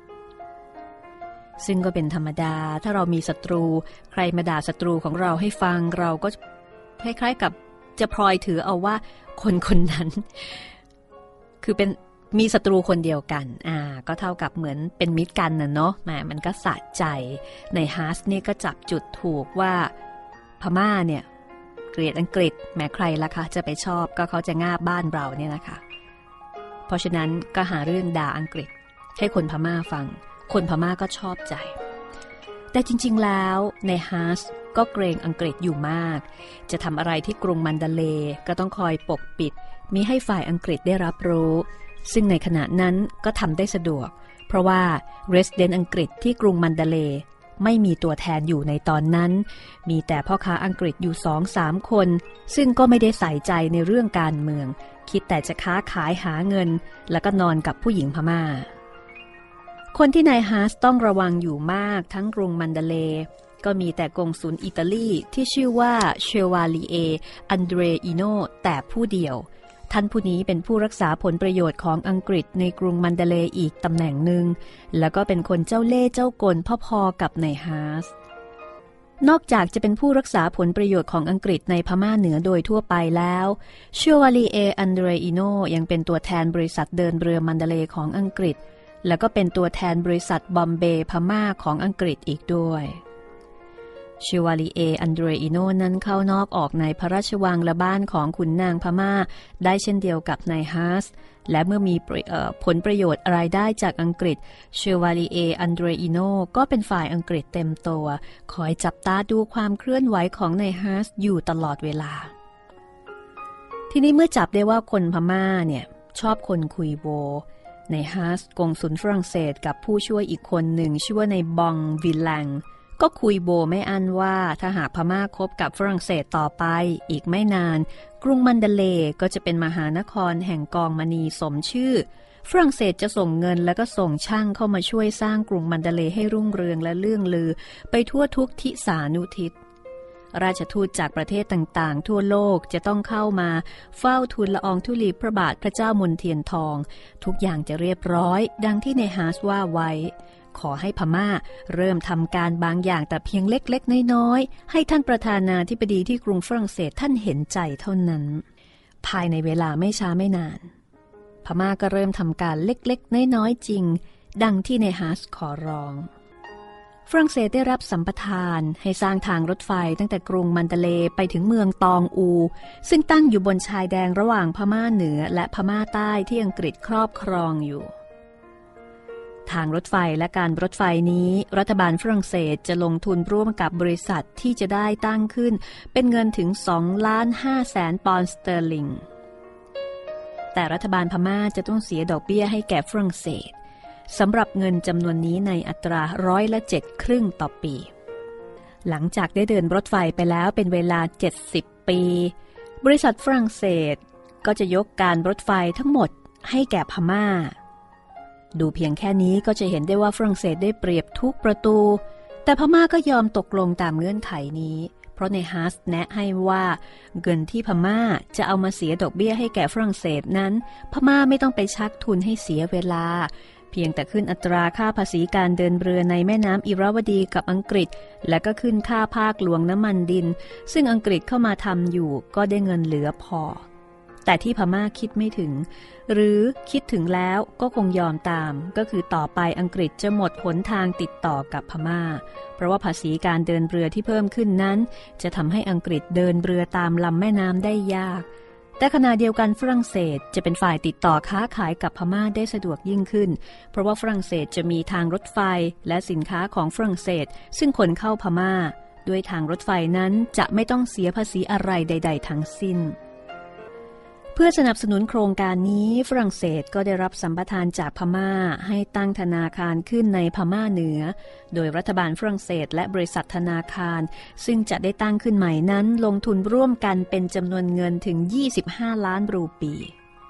ซึ่งก็เป็นธรรมดาถ้าเรามีศัตรูใครมาด่าศัตรูของเราให้ฟังเราก็คล้ายๆกับจะพลอยถือเอาว่าคนคนนั้นคือเป็นมีศัตรูคนเดียวกันอ่าก็เท่ากับเหมือนเป็นมิตรกันน่ะเนาะแหมมันก็สะใจในฮัสนี่ก็จับจุดถูกว่าพม่าเนี่ยเกลียดอังกฤษแม้ใครล่ะคะจะไปชอบก็เขาจะง่าบ้านเราเนี่ยนะคะเพราะฉะนั้นก็หาเรื่องด่าอังกฤษให้คนพม่าฟังคนพม่าก็ชอบใจแต่จริงๆแล้วในฮัสก็เกรงอังกฤษอยู่มากจะทำอะไรที่กรุงมันดาเลย์ก็ต้องคอยปกปิดมิให้ฝ่ายอังกฤษได้รับรู้ซึ่งในขณะนั้นก็ทำได้สะดวกเพราะว่าเรสเดนต์อังกฤษที่กรุงมันดาเลย์ไม่มีตัวแทนอยู่ในตอนนั้นมีแต่พ่อค้าอังกฤษอยู่ สองถึงสาม คนซึ่งก็ไม่ได้ใส่ใจในเรื่องการเมืองคิดแต่จะค้าขายหาเงินแล้วก็นอนกับผู้หญิงพม่าคนที่นายฮัสต้องระวังอยู่มากทั้งกรุงมันดาเลย์ก็มีแต่กงสุลอิตาลีที่ชื่อว่าเชวาลีเออันเดรอิโนแต่ผู้เดียวท่านผู้นี้เป็นผู้รักษาผลประโยชน์ของอังกฤษในกรุงมันดาเลย์อีกตำแหน่งหนึ่งแล้วก็เป็นคนเจ้าเล่ห์เจ้ากลพอๆกับนายฮัสนอกจากจะเป็นผู้รักษาผลประโยชน์ของอังกฤษในพม่าเหนือโดยทั่วไปแล้วเชวาลีเออันเดรอิโนยังเป็นตัวแทนบริษัทเดินเรือมันดาเลย์ของอังกฤษแล้วก็เป็นตัวแทนบริษัทบอมเบย์พม่าของอังกฤษอีกด้วยชิวาลีเออันเดรอิโนนั้นเข้านอกออกในพระราชวังและบ้านของขุนนางพม่าได้เช่นเดียวกับนายฮัสและเมื่อมีผลประโยชน์อะไรได้จากอังกฤษชิวาลีเออันเดรอิโนก็เป็นฝ่ายอังกฤษเต็มตัวคอยจับตาดูความเคลื่อนไหวของนายฮัสอยู่ตลอดเวลาทีนี้เมื่อจับได้ว่าคนพม่าเนี่ยชอบคนคุยโวในฮัสกงสุลฝรั่งเศสกับผู้ช่วยอีกคนหนึ่งชื่อว่าในบองวิลแลงก็คุยโบไม่อั้นว่าถ้าหากพม่าคบกับฝรั่งเศสต่อไปอีกไม่นานกรุงมันดาเลย์ก็จะเป็นมหานครแห่งกองมณีสมชื่อฝรั่งเศสจะส่งเงินแล้วก็ส่งช่างเข้ามาช่วยสร้างกรุงมันดาเลย์ให้รุ่งเรืองและเลื่องลือไปทั่วทุกทิศานุทิศราชทูตจากประเทศต่างๆทั่วโลกจะต้องเข้ามาเฝ้าทูลละอองธุลีพระบาทพระเจ้ามนเทียนทองทุกอย่างจะเรียบร้อยดังที่ในฮัสว่าไว้ขอให้พม่าเริ่มทำการบางอย่างแต่เพียงเล็กๆน้อยๆให้ท่านประธานาธิบดีที่กรุงฝรั่งเศสท่านเห็นใจเท่านั้นภายในเวลาไม่ช้าไม่นานพม่าก็เริ่มทำการเล็กๆน้อยๆจริงดังที่ในฮัสขอร้องฝรั่งเศสได้รับสัมปทานให้สร้างทางรถไฟตั้งแต่กรุงมันดาเลย์ไปถึงเมืองตองอูซึ่งตั้งอยู่บนชายแดนระหว่างพม่าเหนือและพม่าใต้ที่อังกฤษครอบครองอยู่ทางรถไฟและการรถไฟนี้รัฐบาลฝรั่งเศสจะลงทุนร่วมกับบริษัทที่จะได้ตั้งขึ้นเป็นเงินถึงสองล้านห้าแสนปอนด์สเตอร์ลิงแต่รัฐบาลพม่าจะต้องเสียดอกเบี้ยให้แก่ฝรั่งเศสสำหรับเงินจำนวนนี้ในอัตราร้อยละเจ็ดครึ่งต่อปีหลังจากได้เดินรถไฟไปแล้วเป็นเวลาเจ็ดสิบปีบริษัทฝรั่งเศสก็จะยกการรถไฟทั้งหมดให้แก่พม่าดูเพียงแค่นี้ก็จะเห็นได้ว่าฝรั่งเศสได้เปรียบทุกประตูแต่พม่าก็ยอมตกลงตามเงื่อนไขนี้เพราะในฮัสแนะให้ว่าเงินที่พม่าจะเอามาเสียดอกเบี้ยให้แก่ฝรั่งเศสนั้นพม่าไม่ต้องไปชักทุนให้เสียเวลาเพียงแต่ขึ้นอัตราค่าภาษีการเดินเรือในแม่น้ำอิราวดีกับอังกฤษและก็ขึ้นค่าภาคหลวงน้ำมันดินซึ่งอังกฤษเข้ามาทำอยู่ก็ได้เงินเหลือพอแต่ที่พม่าคิดไม่ถึงหรือคิดถึงแล้วก็คงยอมตามก็คือต่อไปอังกฤษจะหมดหนทางติดต่อกับพม่าเพราะว่าภาษีการเดินเรือที่เพิ่มขึ้นนั้นจะทำให้อังกฤษเดินเรือตามลำแม่น้ำได้ยากแต่ขณะเดียวกันฝรั่งเศสจะเป็นฝ่ายติดต่อค้าขายกับพม่าได้สะดวกยิ่งขึ้นเพราะว่าฝรั่งเศสจะมีทางรถไฟและสินค้าของฝรั่งเศสซึ่งขนเข้าพม่าด้วยทางรถไฟนั้นจะไม่ต้องเสียภาษีอะไรใดๆทั้งสิ้นเพื่อสนับสนุนโครงการนี้ฝรั่งเศสก็ได้รับสัมปทานจากพม่าให้ตั้งธนาคารขึ้นในพม่าเหนือโดยรัฐบาลฝรั่งเศสและบริษัทธนาคารซึ่งจะได้ตั้งขึ้นใหม่นั้นลงทุนร่วมกันเป็นจำนวนเงินถึงยี่สิบห้าล้านรูปี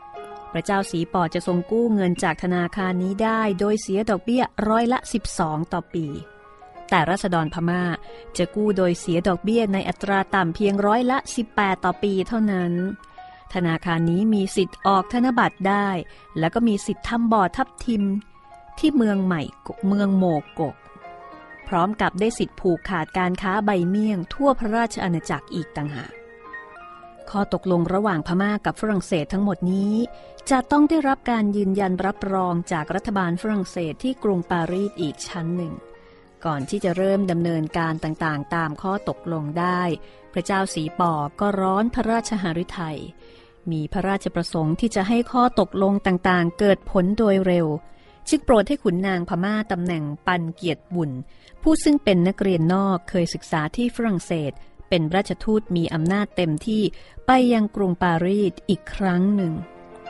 พระเจ้าสีป่อจะทรงกู้เงินจากธนาคารนี้ได้โดยเสียดอกเบี้ยร้อยละสิบสองต่อปีแต่ราษฎรพม่าจะกู้โดยเสียดอกเบี้ยในอัตราต่ำเพียงร้อยละสิบแปดต่อปีเท่านั้นธนาคารนี้มีสิทธิ์ออกธนบัตรได้แล้วก็มีสิทธิ์ทำบ่อทับทิมที่เมืองใหม่เมืองโมกกพร้อมกับได้สิทธิ์ผูกขาดการค้าใบเมี่ยงทั่วพระราชอาณาจักรอีกต่างหากข้อตกลงระหว่างพม่ากับฝรั่งเศสทั้งหมดนี้จะต้องได้รับการยืนยันรับรองจากรัฐบาลฝรั่งเศสที่กรุงปารีสอีกชั้นหนึ่งก่อนที่จะเริ่มดำเนินการต่างๆตามข้อตกลงได้พระเจ้าสีป่อก็ร้อนพระราชหฤทัยมีพระราชประสงค์ที่จะให้ข้อตกลงต่างๆเกิดผลโดยเร็วจึงโปรดให้ขุนนางพม่าตำแหน่งปันเกียรติบุญผู้ซึ่งเป็นนักเรียนนอกเคยศึกษาที่ฝรั่งเศสเป็นราชทูตมีอำนาจเต็มที่ไปยังกรุงปารีสอีกครั้งหนึ่ง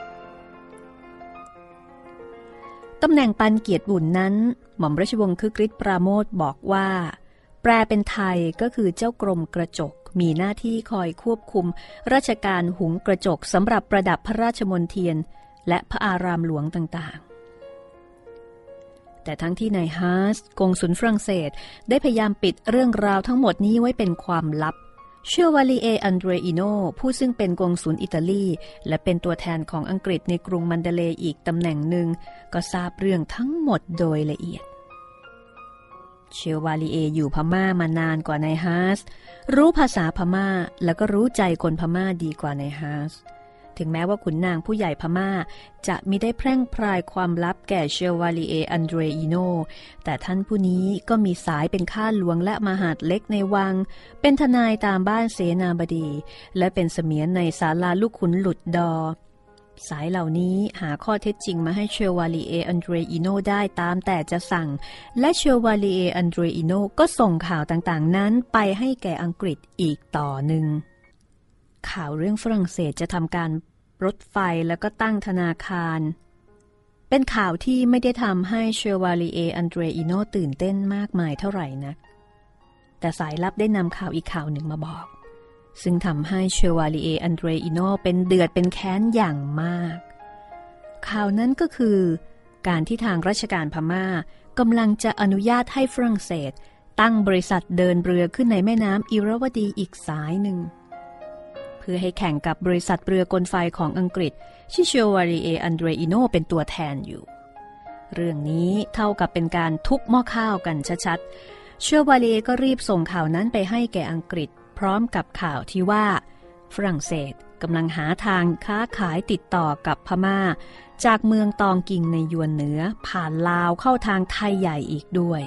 ตำแหน่งปันเกียรติบุญนั้นหม่อมราชวงศ์คึกฤทธิ์ปราโมทย์บอกว่าแปลเป็นไทยก็คือเจ้ากรมกระจกมีหน้าที่คอยควบคุมราชการหุงกระจกสำหรับประดับพระราชมณฑียนและพระอารามหลวงต่างๆแต่ทั้งที่นายฮาร์สกงสุลฝรั่งเศสได้พยายามปิดเรื่องราวทั้งหมดนี้ไว้เป็นความลับเชวาลีเออันเดรอิโนผู้ซึ่งเป็นกงสุลอิตาลีและเป็นตัวแทนของอังกฤษในกรุงมันเดเลย์อีกตำแหน่งหนึ่งก็ทราบเรื่องทั้งหมดโดยละเอียดเชวาลีเออยู่พม่ามานานกว่านายฮาร์สรู้ภาษาพม่าแล้วก็รู้ใจคนพม่าดีกว่านายฮาร์สถึงแม้ว่าขุนนางผู้ใหญ่พม่าจะมิได้แพร่งพรายความลับแก่เชวาลีเออันเดรอิโนแต่ท่านผู้นี้ก็มีสายเป็นข้าหลวงและมหาดเล็กในวังเป็นทนายตามบ้านเสนาบดีและเป็นเสมียนในศาลาลูกขุนหลุดดอสายเหล่านี้หาข้อเท็จจริงมาให้เชวาลีเออันเดรอิโนได้ตามแต่จะสั่งและเชวาลีเออันเดรอิโนก็ส่งข่าวต่างๆนั้นไปให้แก่อังกฤษอีกต่อหนึ่งข่าวเรื่องฝรั่งเศสจะทำการรถไฟแล้วก็ตั้งธนาคารเป็นข่าวที่ไม่ได้ทำให้เชวาลีเออันเดรอิโนตื่นเต้นมากมายเท่าไหร่นักแต่สายลับได้นำข่าวอีกข่าวหนึ่งมาบอกซึ่งทำให้เชวาลีเออันเดรอิโนเป็นเดือดเป็นแค้นอย่างมากข่าวนั้นก็คือการที่ทางราชการพม่ากำลังจะอนุญาตให้ฝรั่งเศสตั้งบริษัทเดินเรือขึ้นในแม่น้ำอิรวดีอีกสายหนึ่งเพื่อให้แข่งกับบริษัทเรือกลไฟของอังกฤษที่เชวาลีเออันเดรอิโนเป็นตัวแทนอยู่เรื่องนี้เท่ากับเป็นการทุบหม้อข้าวกันชัดๆเชวาลีเอก็รีบส่งข่าวนั้นไปให้แก่อังกฤษพร้อมกับข่าวที่ว่าฝรั่งเศสกำลังหาทางค้าขายติดต่อกับพม่าจากเมืองตองกิงในยวนเหนือผ่านลาวเข้าทางไทยใหญ่อีกด้วย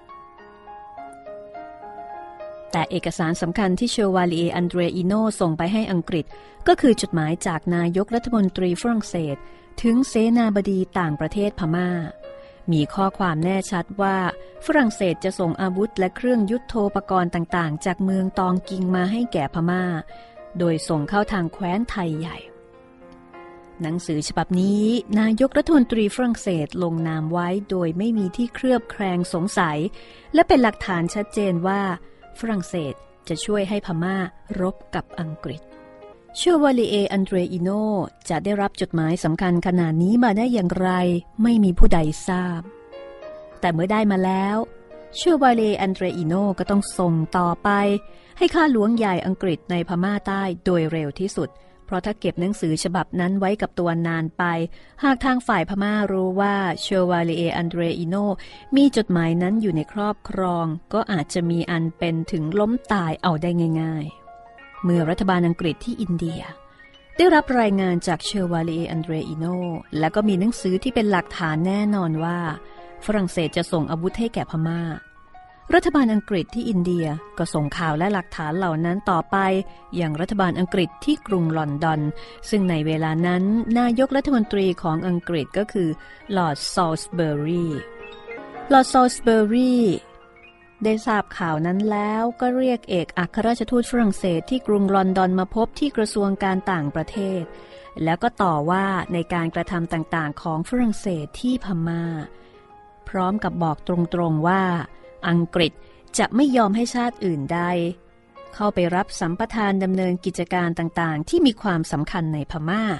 แต่เอกสารสำคัญที่เชวาลีเออันเดรอิโนส่งไปให้อังกฤษก็คือจดหมายจากนายกรัฐมนตรีฝรั่งเศสถึงเสนาบดีต่างประเทศพม่ามีข้อความแน่ชัดว่าฝรั่งเศสจะส่งอาวุธและเครื่องยุทโธปกรณ์ต่างๆจากเมืองตองกิงมาให้แก่พม่าโดยส่งเข้าทางแคว้นไทยใหญ่หนังสือฉบับนี้นายกรัฐมนตรีฝรั่งเศสลงนามไว้โดยไม่มีที่เคลือบแคลงสงสัยและเป็นหลักฐานชัดเจนว่าฝรั่งเศสจะช่วยให้พม่ารบกับอังกฤษเชวาลีเออันเดรอิโนจะได้รับจดหมายสำคัญขนาดนี้มาได้อย่างไรไม่มีผู้ใดทราบแต่เมื่อได้มาแล้วเชวาลีเออันเดรอิโนก็ต้องส่งต่อไปให้ข้าหลวงใหญ่อังกฤษในพม่าใต้โดยเร็วที่สุดเพราะถ้าเก็บหนังสือฉบับนั้นไว้กับตัวนานไปหากทางฝ่ายพม่ารู้ว่าเชวาลีเออันเดรอิโนมีจดหมายนั้นอยู่ในครอบครองก็อาจจะมีอันเป็นถึงล้มตายเอาได้ง่ายๆเมื่อรัฐบาลอังกฤษที่อินเดียได้รับรายงานจากเชวาลีเออันเดรอิโนและก็มีหนังสือที่เป็นหลักฐานแน่นอนว่าฝรั่งเศสจะส่งอาวุธให้แก่พม่ารัฐบาลอังกฤษที่อินเดียก็ส่งข่าวและหลักฐานเหล่านั้นต่อไปอย่างรัฐบาลอังกฤษที่กรุงลอนดอนซึ่งในเวลานั้นนายกรัฐมนตรีของอังกฤษก็คือลอร์ดซอลส์เบอรีลอร์ดซอลส์เบอรีได้ทราบข่าวนั้นแล้วก็เรียกเอกอัครราชทูตฝรั่งเศสที่กรุงลอนดอนมาพบที่กระทรวงการต่างประเทศแล้วก็ต่อว่าในการกระทำต่างๆของฝรั่งเศสที่พม่าพร้อมกับบอกตรงๆว่าอังกฤษจะไม่ยอมให้ชาติอื่นใดเข้าไปรับสัมปทานดำเนินกิจการต่างๆที่มีความสำคัญในพม่า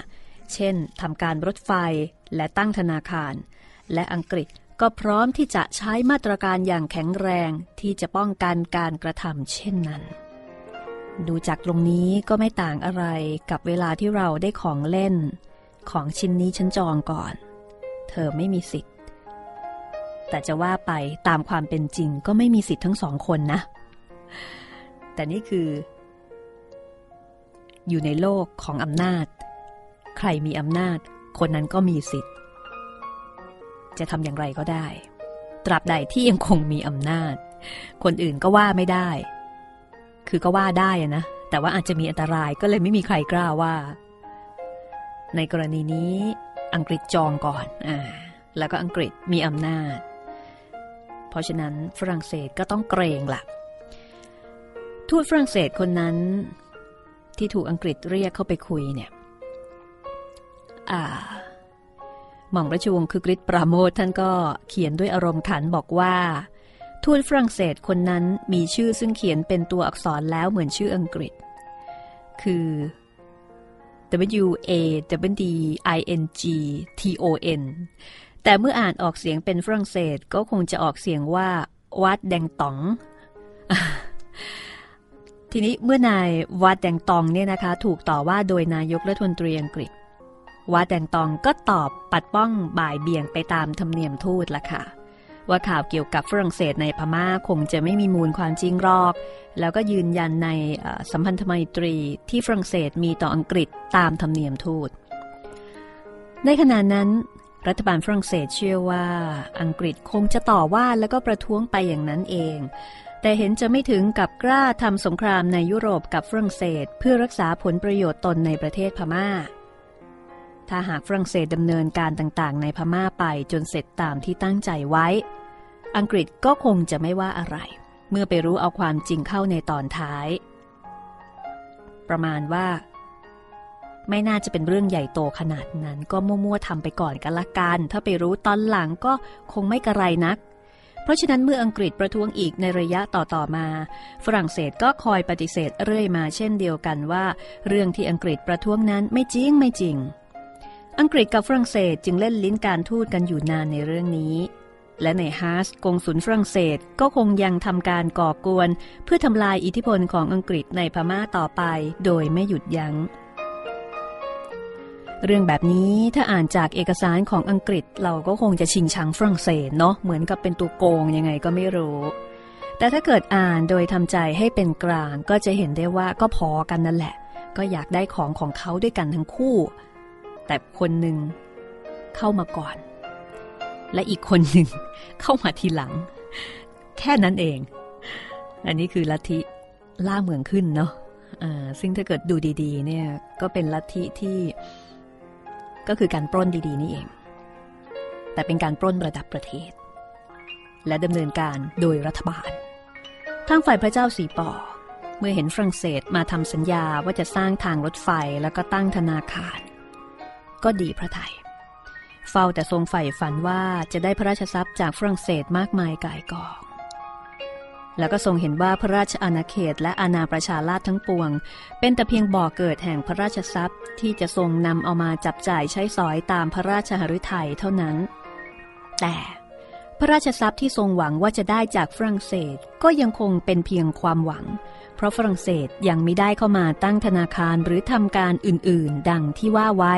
เช่นทำการรถไฟและตั้งธนาคารและอังกฤษก็พร้อมที่จะใช้มาตรการอย่างแข็งแรงที่จะป้องกันการกระทำเช่นนั้นดูจากตรงนี้ก็ไม่ต่างอะไรกับเวลาที่เราได้ของเล่นของชิ้นนี้ฉันจองก่อนเธอไม่มีสิทธิ์แต่จะว่าไปตามความเป็นจริงก็ไม่มีสิทธิ์ทั้งสองคนนะแต่นี่คืออยู่ในโลกของอำนาจใครมีอำนาจคนนั้นก็มีสิทธิ์จะทำอย่างไรก็ได้ตราบใดที่ยังคงมีอำนาจคนอื่นก็ว่าไม่ได้คือก็ว่าได้นะแต่ว่าอาจจะมีอันตรายก็เลยไม่มีใครกล้าว่าในกรณีนี้อังกฤษจองก่อนอ่าแล้วก็อังกฤษมีอำนาจเพราะฉะนั้นฝรั่งเศสก็ต้องเกรงล่ะทูตฝรั่งเศสคนนั้นที่ถูกอังกฤษเรียกเข้าไปคุยเนี่ยอ่าหม่อมราชวงศ์คึกฤทธิ์ปราโมทย์ท่านก็เขียนด้วยอารมณ์ขันบอกว่าทูตฝรั่งเศสคนนั้นมีชื่อซึ่งเขียนเป็นตัวอักษรแล้วเหมือนชื่ออังกฤษคือ W A W D I N G T O N แต่เมื่ออ่านออกเสียงเป็นฝรั่งเศสก็คงจะออกเสียงว่าวัดแดงต๋อง ทีนี้เมื่อนายวัดแดงตองเนี่ยนะคะถูกต่อว่าโดยนายกรัฐมนตรีอังกฤษวัดแดงตองก็ตอบปัดป้องบ่ายเบี่ยงไปตามธรรมเนียมทูตละค่ะว่าข่าวเกี่ยวกับฝรั่งเศสในพม่าคงจะไม่มีมูลความจริงหรอกแล้วก็ยืนยันในสัมพันธไมตรีที่ฝรั่งเศสมีต่ออังกฤษตามธรรมเนียมทูตในขณะนั้นรัฐบาลฝรั่งเศสเชื่อว่าอังกฤษคงจะต่อว่าแล้วก็ประท้วงไปอย่างนั้นเองแต่เห็นจะไม่ถึงกับกล้าทำสงครามในยุโรปกับฝรั่งเศสเพื่อรักษาผลประโยชน์ตนในประเทศพม่าถ้าหากฝรั่งเศสดำเนินการต่างๆในพม่าไปจนเสร็จตามที่ตั้งใจไว้อังกฤษก็คงจะไม่ว่าอะไรเมื่อไปรู้เอาความจริงเข้าในตอนท้ายประมาณว่าไม่น่าจะเป็นเรื่องใหญ่โตขนาดนั้นก็มั่วๆทำไปก่อนกันละกันถ้าไปรู้ตอนหลังก็คงไม่กระไรนักเพราะฉะนั้นเมื่ออังกฤษประท้วงอีกในระยะต่อๆมาฝรั่งเศสก็คอยปฏิเสธเรื่อยมาเช่นเดียวกันว่าเรื่องที่อังกฤษประท้วงนั้นไม่จริงไม่จริงอังกฤษกับฝรั่งเศสจึงเล่นลิ้นการทูตกันอยู่นานในเรื่องนี้และในฮาร์สกงสุลฝรั่งเศสก็คงยังทำการก่อกวนเพื่อทำลายอิทธิพลของอังกฤษในพม่าต่อไปโดยไม่หยุดยั้งเรื่องแบบนี้ถ้าอ่านจากเอกสารของอังกฤษเราก็คงจะชิงชังฝรั่งเศสเนาะเหมือนกับเป็นตัวโกงยังไงก็ไม่รู้แต่ถ้าเกิดอ่านโดยทำใจให้เป็นกลางก็จะเห็นได้ว่าก็พอกันนั่นแหละก็อยากได้ของของเขาด้วยกันทั้งคู่แต่คนหนึ่งเข้ามาก่อนและอีกคนหนึ่งเข้ามาทีหลังแค่นั้นเองอันนี้คือลัทธิล่าเมืองขึ้นเนาะอ่าซึ่งถ้าเกิดดูดีๆเนี่ยก็เป็นลัทธิที่ก็คือการปล้นดีๆนี่เองแต่เป็นการปล้นระดับประเทศและดำเนินการโดยรัฐบาลทางฝ่ายพระเจ้าสีป่อเมื่อเห็นฝรั่งเศสมาทำสัญญาว่าจะสร้างทางรถไฟแล้วก็ตั้งธนาคารก็ดีพระทัยเฝ้าแต่ทรงใฝ่ฝันว่าจะได้พระราชทรัพย์จากฝรั่งเศสมากมายก่ายกองแล้วก็ทรงเห็นว่าพระราชอาณาเขตและอาณาประชาราษฎร์ทั้งปวงเป็นแต่เพียงบ่อเกิดแห่งพระราชทรัพย์ที่จะทรงนำเอามาจับจ่ายใช้สอยตามพระราชหฤทัยเท่านั้นแต่พระราชทรัพย์ที่ทรงหวังว่าจะได้จากฝรั่งเศสก็ยังคงเป็นเพียงความหวังเพราะฝรั่งเศสยังมิได้เข้ามาตั้งธนาคารหรือทำการอื่นๆดังที่ว่าไว้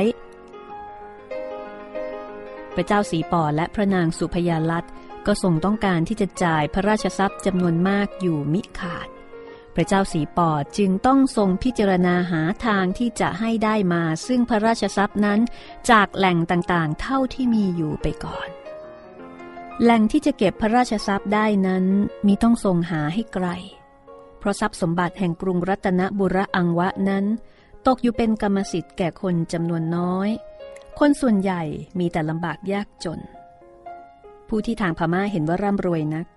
พระเจ้าสีป่อและพระนางสุพยาลัตน์ก็ทรงต้องการที่จะจ่ายพระราชทรัพย์จำนวนมากอยู่มิขาดพระเจ้าสีป่อจึงต้องทรงพิจารณาหาทางที่จะให้ได้มาซึ่งพระราชทรัพย์นั้นจากแหล่งต่างๆเท่าที่มีอยู่ไปก่อนแหล่งที่จะเก็บพระราชทรัพย์ได้นั้นมิต้องทรงหาให้ไกลเพราะทรัพย์สมบัติแห่งกรุงรัตนบุรีอังวะนั้นตกอยู่เป็นกรรมสิทธิ์แก่คนจำนวนน้อยคนส่วนใหญ่มีแต่ลำบากยากจนผู้ที่ทางพม่าเห็นว่าร่ำรวยนัก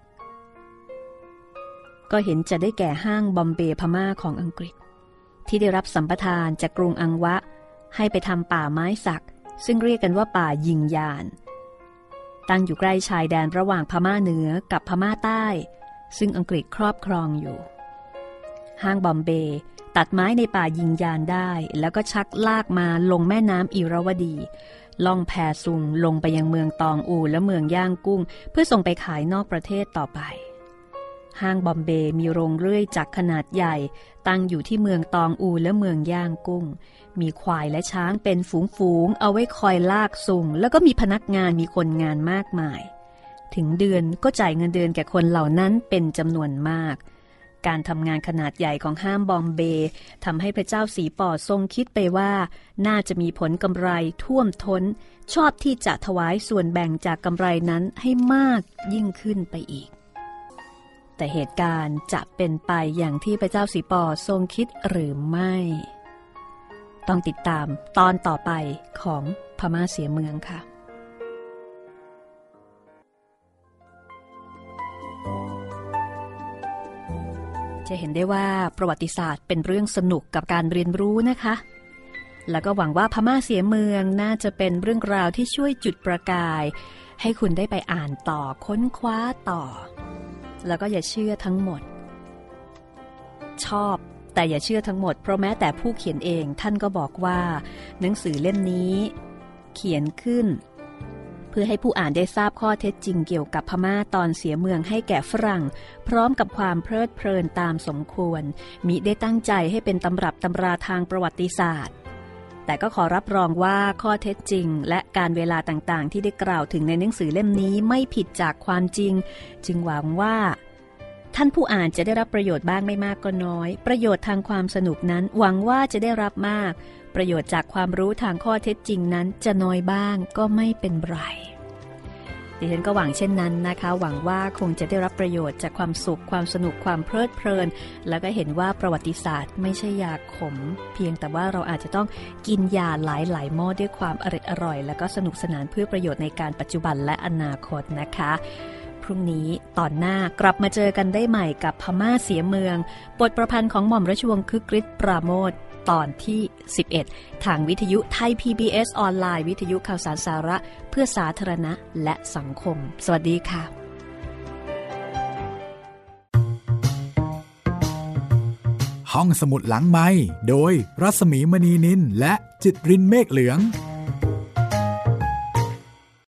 ก็เห็นจะได้แก่ห้างบอมเบย์พม่าของอังกฤษที่ได้รับสัมปทานจากกรุงอังวะให้ไปทำป่าไม้สักซึ่งเรียกกันว่าป่ายิงยานตั้งอยู่ใกล้ชายแดนระหว่างพม่าเหนือกับพม่าใต้ซึ่งอังกฤษครอบครองอยู่ห้างบอมเบย์ตัดไม้ในป่ายิงยานได้แล้วก็ชักลากมาลงแม่น้ำอิระวดีล่องแพซุงลงไปยังเมืองตองอูและเมืองย่างกุ้งเพื่อส่งไปขายนอกประเทศต่อไปห้างบอมเบย์มีโรงเรื่อยจักรขนาดใหญ่ตั้งอยู่ที่เมืองตองอูและเมืองย่างกุ้งมีควายและช้างเป็นฝูงๆเอาไว้คอยลากซุงแล้วก็มีพนักงานมีคนงานมากมายถึงเดือนก็จ่ายเงินเดือนแก่คนเหล่านั้นเป็นจำนวนมากการทำงานขนาดใหญ่ของห้างบอมเบย์ทำให้พระเจ้าสีป่อทรงคิดไปว่าน่าจะมีผลกำไรท่วมท้นชอบที่จะถวายส่วนแบ่งจากกำไรนั้นให้มากยิ่งขึ้นไปอีกแต่เหตุการณ์จะเป็นไปอย่างที่พระเจ้าสีป่อทรงคิดหรือไม่ต้องติดตามตอนต่อไปของพม่าเสียเมืองค่ะจะเห็นได้ว่าประวัติศาสตร์เป็นเรื่องสนุกกับการเรียนรู้นะคะแล้วก็หวังว่าพม่าเสียเมืองน่าจะเป็นเรื่องราวที่ช่วยจุดประกายให้คุณได้ไปอ่านต่อค้นคว้าต่อแล้วก็อย่าเชื่อทั้งหมดชอบแต่อย่าเชื่อทั้งหมดเพราะแม้แต่ผู้เขียนเองท่านก็บอกว่าหนังสือเล่มนี้เขียนขึ้นเพื่อให้ผู้อ่านได้ทราบข้อเท็จจริงเกี่ยวกับพม่าตอนเสียเมืองให้แก่ฝรั่งพร้อมกับความเพลิดเพลินตามสมควรมิได้ตั้งใจให้เป็นตำรับตำราทางประวัติศาสตร์แต่ก็ขอรับรองว่าข้อเท็จจริงและการเวลาต่างๆที่ได้กล่าวถึงในหนังสือเล่มนี้ไม่ผิดจากความจริงจึงหวังว่าท่านผู้อ่านจะได้รับประโยชน์บ้างไม่มากก็น้อยประโยชน์ทางความสนุกนั้นหวังว่าจะได้รับมากประโยชน์จากความรู้ทางข้อเท็จจริงนั้นจะน้อยบ้างก็ไม่เป็นไรดิฉันก็หวังเช่นนั้นนะคะหวังว่าคงจะได้รับประโยชน์จากความสุขความสนุกความเพลิดเพลินแล้วก็เห็นว่าประวัติศาสตร์ไม่ใช่ยาขมเพียงแต่ว่าเราอาจจะต้องกินยาหลายๆหม้อด้วยความอร่อยอร่อยแล้วก็สนุกสนานเพื่อประโยชน์ในการปัจจุบันและอนาคตนะคะพรุ่งนี้ตอนหน้ากลับมาเจอกันได้ใหม่กับพม่าเสียเมืองบทประพันธ์ของหม่อมราชวงศ์คึกฤทธิ์ปราโมชตอนที่สิบเอ็ดทางวิทยุไทย พี บี เอส ออนไลน์วิทยุข่าวสารสาระเพื่อสาธารณะและสังคมสวัสดีค่ะห้องสมุดหลังไมค์โดยรัศมีมณีนินและจิตรินเมฆเหลือง